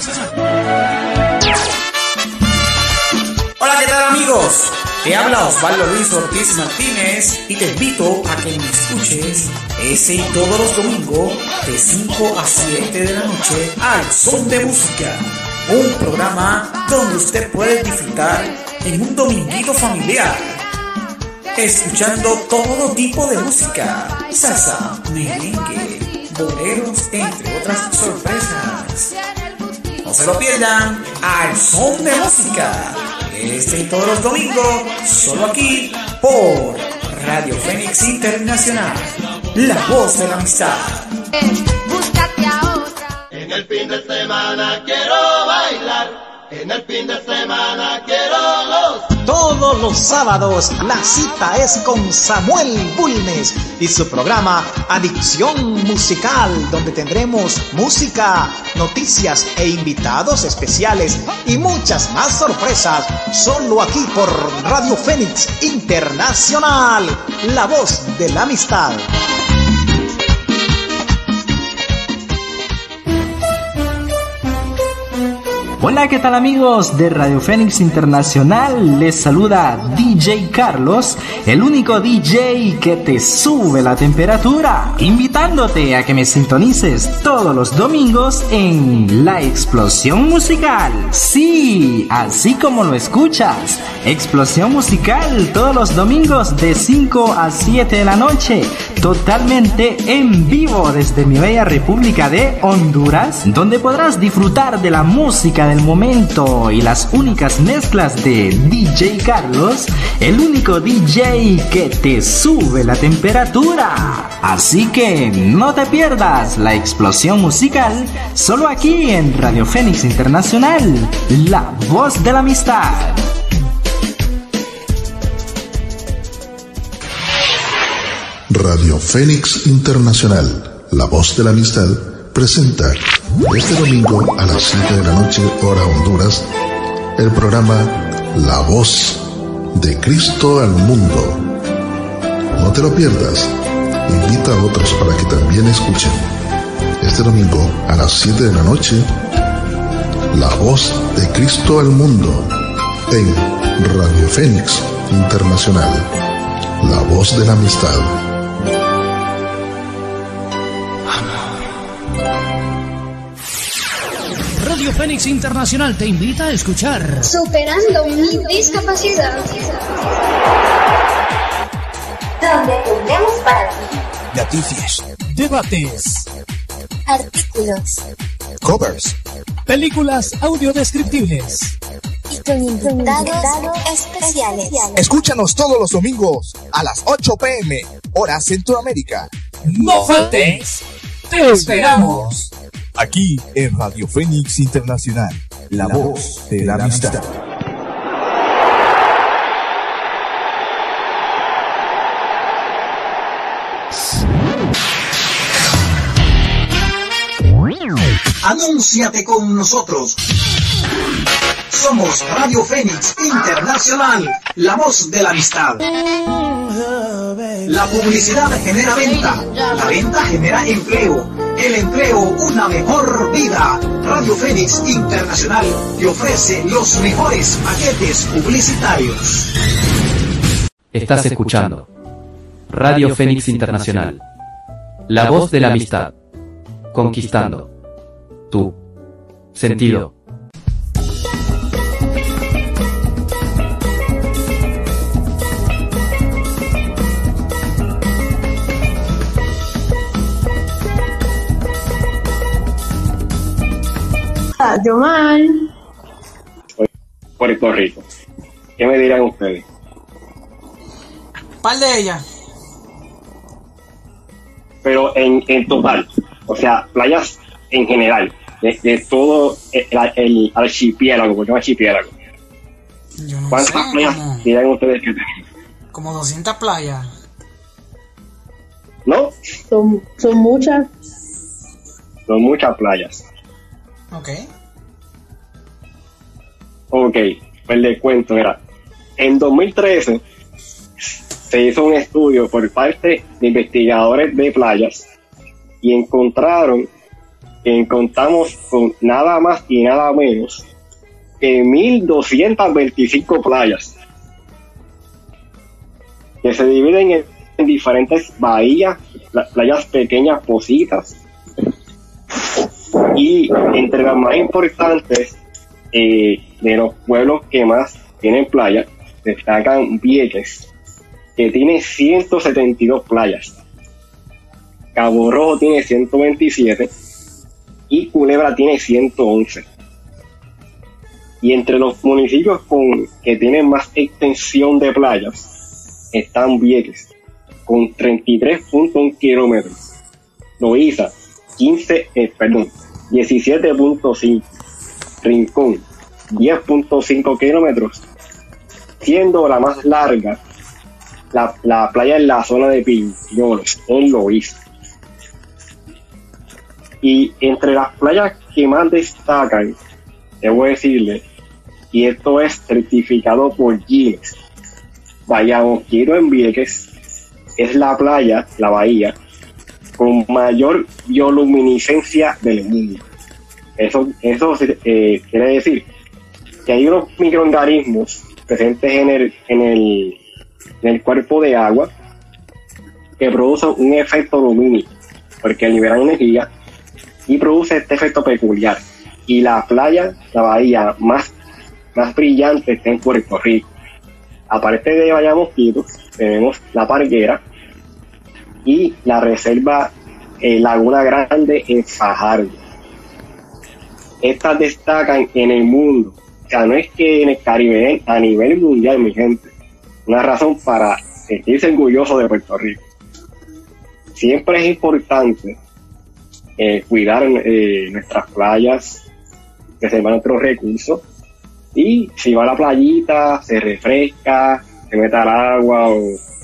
Hola, ¿qué tal, amigos? Te habla Osvaldo Luis Ortiz Martínez y te invito a que me escuches ese y todos los domingos de cinco a siete de la noche al Son de Música, un programa donde usted puede disfrutar en un dominguito familiar, escuchando todo tipo de música, salsa, merengue, boleros, entre otras sorpresas. No se lo pierdan, al Son de Música, este y todos los domingos, solo aquí por Radio Fénix Internacional, la voz de la amistad. Búscate a otra. En el fin de semana quiero bailar. En el fin de semana quiero los... Todos los sábados la cita es con Samuel Bulnes y su programa Adicción Musical, donde tendremos música, noticias e invitados especiales y muchas más sorpresas, solo aquí por Radio Fénix Internacional, la voz de la amistad. Hola, ¿qué tal amigos de Radio Fénix Internacional? Les saluda D J Carlos, el único D J que te sube la temperatura, invitándote a que me sintonices todos los domingos en La Explosión Musical. Sí, así como lo escuchas, Explosión Musical todos los domingos de cinco a siete de la noche, totalmente en vivo desde mi bella República de Honduras, donde podrás disfrutar de la música del momento y las únicas mezclas de D J Carlos, el único D J que te sube la temperatura. Así que no te pierdas La Explosión Musical, solo aquí en Radio Fénix Internacional, la voz de la amistad. Radio Fénix Internacional, la voz de la amistad, presenta este domingo a las siete de la noche, hora Honduras, el programa La Voz de Cristo al Mundo. No te lo pierdas, invita a otros para que también escuchen. Este domingo a las siete de la noche, La Voz de Cristo al Mundo, en Radio Fénix Internacional, la voz de la amistad. Radio Fénix Internacional te invita a escuchar Superando mi discapacidad, donde tendremos para ti noticias, debates, artículos, covers, películas audiodescriptibles y con invitados especiales. Escúchanos todos los domingos a las ocho p m hora Centroamérica. ¡No faltes! ¡Te esperamos! Aquí en Radio Fénix Internacional, la, la voz de la, la amistad. amistad. Anúnciate con nosotros. Somos Radio Fénix Internacional, la voz de la amistad. La publicidad genera venta, la venta genera empleo, el empleo una mejor vida. Radio Fénix Internacional te ofrece los mejores paquetes publicitarios. Estás escuchando Radio Fénix Internacional, la voz de la amistad, conquistando tu sentido. Yoman. Puerto Rico. ¿Qué me dirán ustedes? Par de ellas. Pero en, en total, o sea, playas en general, de, de todo el, el archipiélago, porque es un archipiélago. Yo no ¿Cuántas sé, playas como, dirán ustedes que tienen? como doscientas playas. ¿No? Son, son muchas. Son muchas playas. Ok. Ok, pues le cuento, mira, en dos mil trece se hizo un estudio por parte de investigadores de playas y encontraron que contamos con nada más y nada menos que mil doscientas veinticinco playas que se dividen en, en diferentes bahías, playas pequeñas, positas, y entre las más importantes eh, de los pueblos que más tienen playas destacan Vieques, que tiene ciento setenta y dos playas, Cabo Rojo tiene ciento veintisiete y Culebra tiene ciento once. Y entre los municipios con que tienen más extensión de playas están Vieques con treinta y tres punto uno kilómetros, Loíza quince, eh, perdón, diecisiete punto cinco, Rincón diez punto cinco kilómetros, siendo la más larga la, la playa en la zona de Piñones, en Loíza. Y entre las playas que más destacan, debo decirle, y esto es certificado por Guinness, Bahía Mosquito en Vieques es la playa, la bahía, con mayor bioluminiscencia del mundo. Eso, eso eh, quiere decir que hay unos microorganismos presentes en el, en el, en el cuerpo de agua que producen un efecto lumínico, porque liberan energía y produce este efecto peculiar. Y la playa, la bahía más, más brillante está en Puerto Rico. Aparte de Bahía Mosquito, tenemos La Parguera y la reserva eh, Laguna Grande en Fajardo. Estas destacan en el mundo. O sea, no es que en el Caribe, a nivel mundial, mi gente. Una razón para sentirse orgulloso de Puerto Rico. Siempre es importante eh, cuidar eh, nuestras playas, preservar nuestros recursos. Y si va a la playita, se refresca, se mete al agua. O...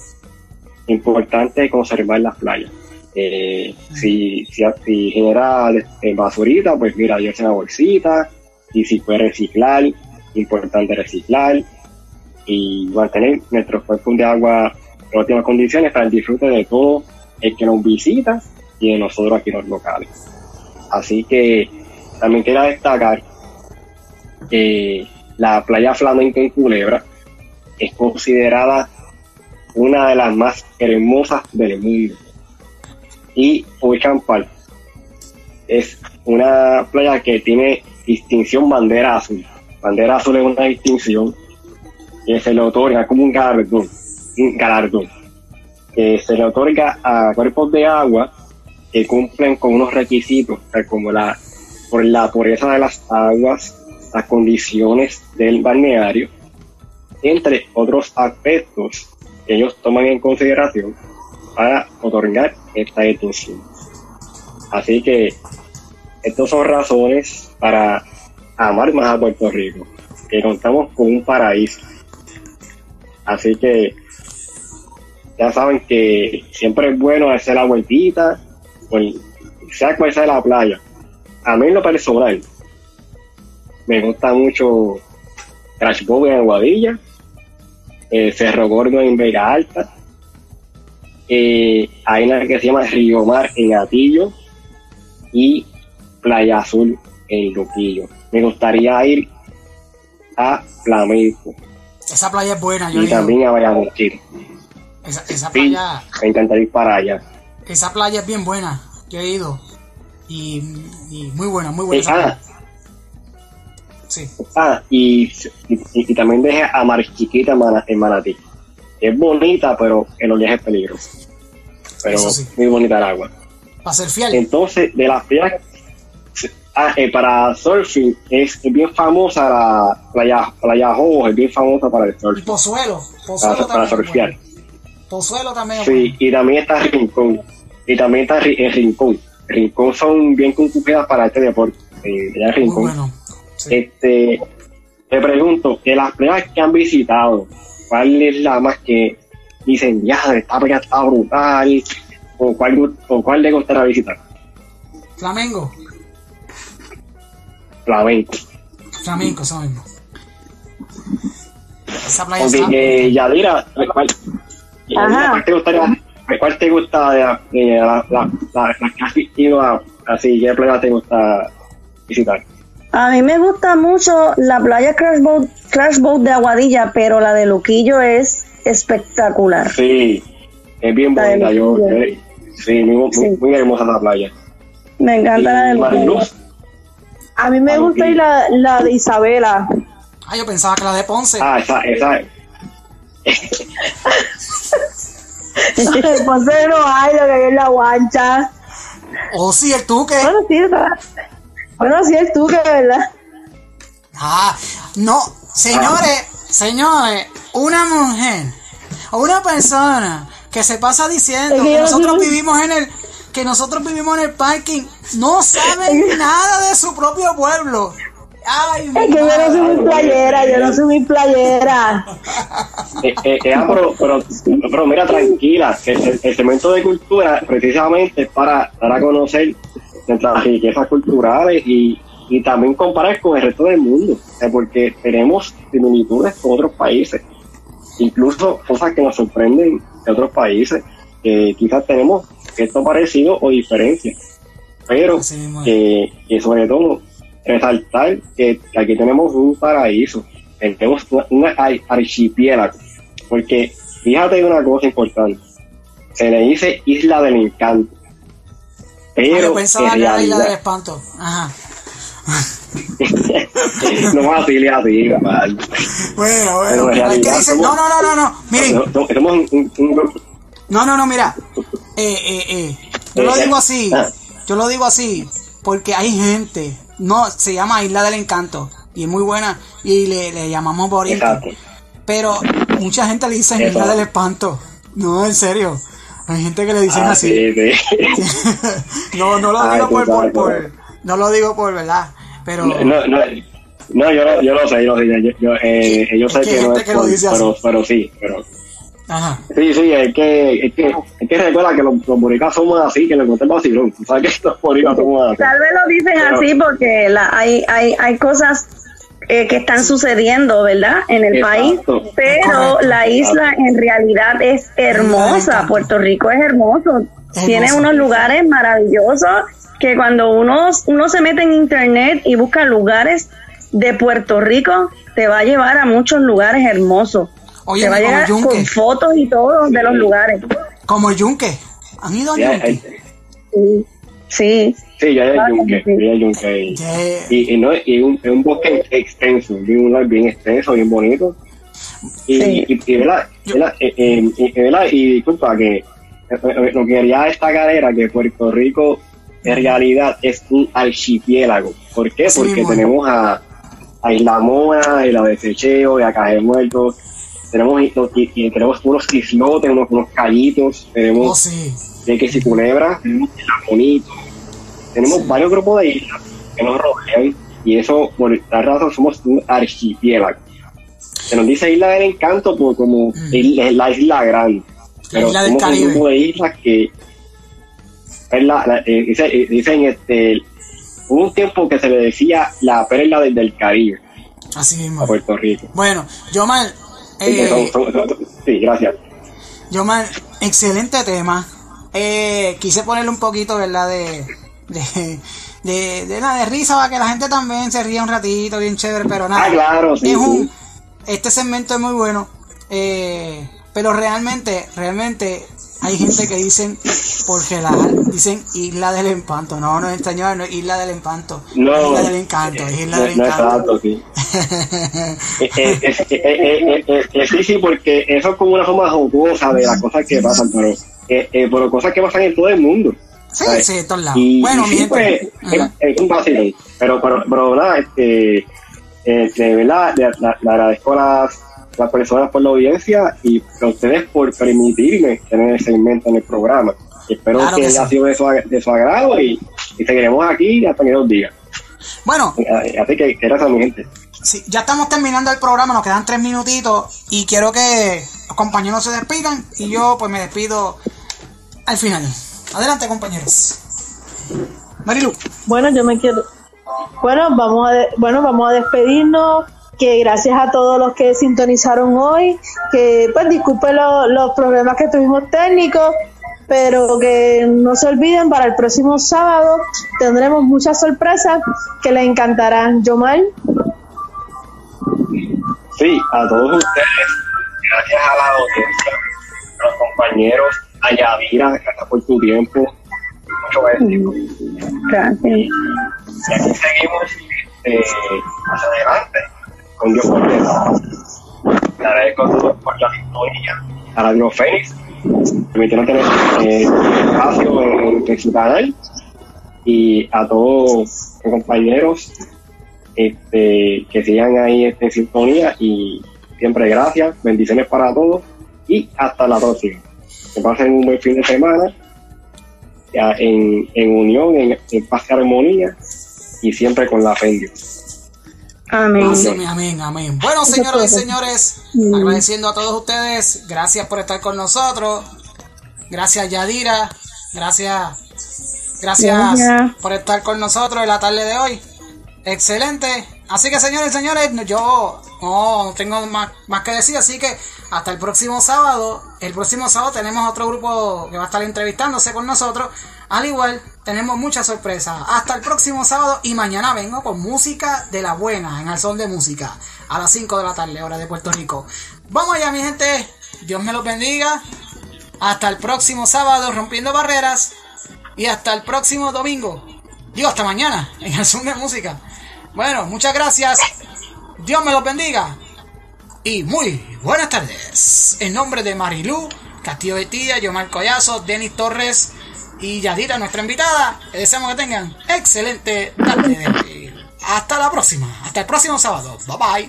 Importante conservar las playas. Eh, si, si, si genera eh, basurita, pues mira, llevarse una bolsita. Y si puede reciclar, importante reciclar y mantener nuestros cuerpos de agua en óptimas condiciones para el disfrute de todo el que nos visita y de nosotros aquí en los locales. Así que también quiero destacar que la playa Flamenca en Culebra es considerada una de las más hermosas del mundo. Y Oichampal es una playa que tiene distinción bandera azul. Bandera azul es una distinción que se le otorga como un galardón, un galardón que se le otorga a cuerpos de agua que cumplen con unos requisitos, como la por la pureza de las aguas, las condiciones del balneario, entre otros aspectos que ellos toman en consideración para otorgar esta distinción. Así que estas son razones para amar más a Puerto Rico, que contamos con un paraíso. Así que ya saben que siempre es bueno hacer la vueltita, pues, sea cual sea la playa. A mí en lo personal me gusta mucho Crash Bowl en Aguadilla, eh, Cerro Gordo en Vega Alta, eh, hay una que se llama Río Mar en Atillo y Playa Azul en Luquillo. Me gustaría ir a Flamenco. Esa playa es buena, yo y digo. también a Bahía Mosquito. Esa, esa playa. Sí, me encantaría ir para allá. Esa playa es bien buena. Yo he ido. Y, y muy buena, muy buena. Eh, ah, sí. Ah, y, y, y también dejé a Mar Chiquita en, Mana, en Manatí. Es bonita, pero el oleaje es peligroso. Pero sí, muy bonita el agua. Para ser fiel. Entonces, de las playas. Ah, eh, para surfing es, es bien famosa la playa playa Jojo, es bien famosa para el surfing. Y Pozuelo, Pozuelo para, para surfear. Bueno. Pozuelo también. Sí, bueno. Y también está Rincón. Y también está el Rincón. Rincón son bien concurridas para este deporte. Eh, allá Rincón. Muy bueno. Sí. Este, te pregunto, de las playas que han visitado, ¿cuál es la más que dicen, ya, esta playa está brutal? ¿O cuál, o cuál le gustaría visitar? Flamengo. Flamenco. Flamenco, eso mismo. Esa playa okay, está... eh, Yadira, ¿cuál, ¿cuál te gustaría, cuál te gusta de la, de la, la, la, la que has ido a, así, qué playa te gusta visitar? A mí me gusta mucho la playa Crash Boat, Crash Boat de Aguadilla, pero la de Luquillo es espectacular. Sí, es bien bonita, yo, yo, sí, muy, muy, sí, muy hermosa la playa. Me encanta y la de Luquillo. A mí me a gusta ir la, la de Isabela. Ah, yo pensaba que la de Ponce. Ah, esa, esa. Ponce no hay, lo que hay es la guancha. Oh, sí, el Tuque. Bueno, sí, bueno, sí, el Tuque, ¿verdad? Ah, no, señores, señores, una mujer o una persona que se pasa diciendo es que, que nosotros no vivimos en el que nosotros vivimos en el parking no saben nada de su propio pueblo. Ay, es que yo no soy mi playera, yo no soy mi playera. Eh, eh, eh, pero, pero, pero mira, tranquila, el, el, el segmento de cultura precisamente es para dar a conocer nuestras riquezas culturales y, y también comparar con el resto del mundo, o sea, porque tenemos similitudes con otros países, incluso cosas que nos sorprenden de otros países, que quizás tenemos esto parecido o diferencias, pero sí, que, que sobre todo resaltar que aquí tenemos un paraíso, tenemos una, una archipiélago, porque fíjate una cosa importante, se le dice Isla del Encanto, pero ah, yo pensaba en en la realidad, Isla del Espanto. Ajá. no así, así, mal. Bueno, bueno, es que dicen, no, no, no, no, no, miren, somos un, un, un grupo. No, no, no, mira, eh, eh, eh, yo lo digo así, yo lo digo así, porque hay gente, no, se llama Isla del Encanto, y es muy buena, y le, le llamamos Boricua, pero mucha gente le dice Isla Exacto. del Espanto, no, en serio, hay gente que le dicen ah, así, sí, sí. no, no lo Ay, digo por, por, por, no lo digo por verdad, pero... No, no, no, no yo, yo lo sé, yo lo sé, yo, yo, eh, yo sé que, que no es por, pero, pero sí, pero... Ajá. Sí, sí, es que, es que, es que recuerda que los, los boricuas somos así, que les gusta el vacilón. ¿Sabes que los boricuas somos así? Tal vez lo dicen pero, así porque la, hay, hay, hay cosas eh, que están sucediendo, ¿verdad? En el exacto. país, pero la isla en realidad es hermosa. Puerto Rico es hermoso. hermoso. Tiene unos lugares maravillosos que cuando uno, uno se mete en internet y busca lugares de Puerto Rico, te va a llevar a muchos lugares hermosos. Oye, te va a llegar con fotos y todo de los lugares. Como el Yunque. ¿Han ido al Yunque? Sí. Sí, sí ya es el Yunque. Ya el Yunque. Yeah. Y, y, no, y un, es un bosque extenso, un lugar bien extenso, bien bonito. Y, sí. y, y, y, ¿verdad? ¿verdad? Eh, eh, y, ¿verdad? y disculpa que lo que quería destacar era que Puerto Rico en realidad es un archipiélago. ¿Por qué? Sí, Porque bueno. tenemos a, a Isla Mona, Isla de Secheo, y a Caja de Muertos. Tenemos, y, y, tenemos unos islotes, unos, unos callitos, tenemos oh, sí. Yeques y Culebras, tenemos Bonitos, tenemos sí. varios grupos de islas que nos rodean, y eso, por esta razón, somos un archipiélago. Se nos dice Isla del Encanto por como mm. es la isla grande, pero isla somos un grupo de islas que es la, la, eh, dice, eh, dicen este hubo un tiempo que se le decía la perla del, del Caribe. Así mismo. A Puerto Rico. Bueno, yo mal Eh, son, son, son, sí, gracias. Yo, man, excelente tema. Eh, quise ponerle un poquito, ¿verdad? De, de, de, de, de, de risa para que la gente también se ría un ratito, bien chévere, pero nada. Ah, claro, sí, es un, sí. Este segmento es muy bueno. Eh, pero realmente, realmente hay gente que dicen, porque la dicen Isla del Encanto. No, no, señor, no es Isla del Encanto. No, Isla del Encanto, es Isla no, del Encanto. No, exacto, sí. eh, eh, eh, eh, eh, eh, eh, sí, sí, porque eso es como una forma jocosa de las cosas que pasan, pero, eh, eh, pero cosas que pasan en todo el mundo. Sí, ¿sabes? Sí, de todos lados. Y, bueno, y sí, pues, es, es un vacilón. Pero, pero, pero, nada, este, eh, de verdad, le, le, le agradezco a las, las personas por la audiencia y a ustedes por permitirme tener el segmento en el programa. Espero claro que, que haya sí. sido de su, de su agrado y, y seguiremos aquí hasta que nos diga. Bueno, así que gracias a mi gente. Sí, ya estamos terminando el programa, nos quedan tres minutitos y quiero que los compañeros se despidan y yo pues me despido al final. Adelante, compañeros. Marilu. Bueno, yo me quiero. Bueno, vamos a de... bueno, vamos a despedirnos. Que gracias a todos los que sintonizaron hoy, que pues disculpen lo, los problemas que tuvimos técnicos, pero que no se olviden, para el próximo sábado tendremos muchas sorpresas que les encantarán. Yomar. Sí, a todos ustedes, gracias a la audiencia, a los compañeros, a Yadira, gracias por tu tiempo, mucho éxito. Gracias. Y aquí seguimos eh, hacia adelante, con Dios por dentro. Le agradezco a todos por la sintonía, a Radio Fénix, permitieron tener eh, espacio en, en su canal, y a todos los compañeros este, que sigan ahí en sintonía, y siempre gracias, bendiciones para todos y hasta la próxima. Que pasen un buen fin de semana ya en, en unión, en, en paz y armonía, y siempre con la fe en Dios. Amén. Amén, amén, amén. Bueno, señoras y señores, agradeciendo a todos ustedes, gracias por estar con nosotros. Gracias, Yadira. Gracias, gracias Gracias. por estar con nosotros en la tarde de hoy. Excelente. Así que, señores y señores, yo no tengo más, más que decir, así que hasta el próximo sábado. El próximo sábado tenemos otro grupo que va a estar entrevistándose con nosotros. Al igual, tenemos muchas sorpresas. Hasta el próximo sábado y mañana vengo con música de la buena, en Al Son de Música, a las cinco de la tarde, hora de Puerto Rico. Vamos allá, mi gente. Dios me los bendiga. Hasta el próximo sábado, Rompiendo Barreras. Y hasta el próximo domingo. Digo, hasta mañana, en Al Son de Música. Bueno, muchas gracias. Dios me los bendiga. Y muy buenas tardes. En nombre de Marilú, Castillo Betilla, Yomar Collazo, Denis Torres y Yadira, nuestra invitada, les deseamos que tengan excelente tarde. Hasta la próxima. Hasta el próximo sábado. Bye bye.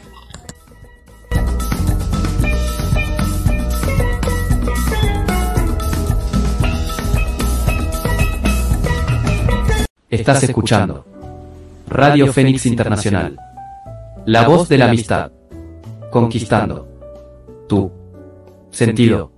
Estás escuchando Radio Fénix Internacional, la voz de la amistad, conquistando tu sentido.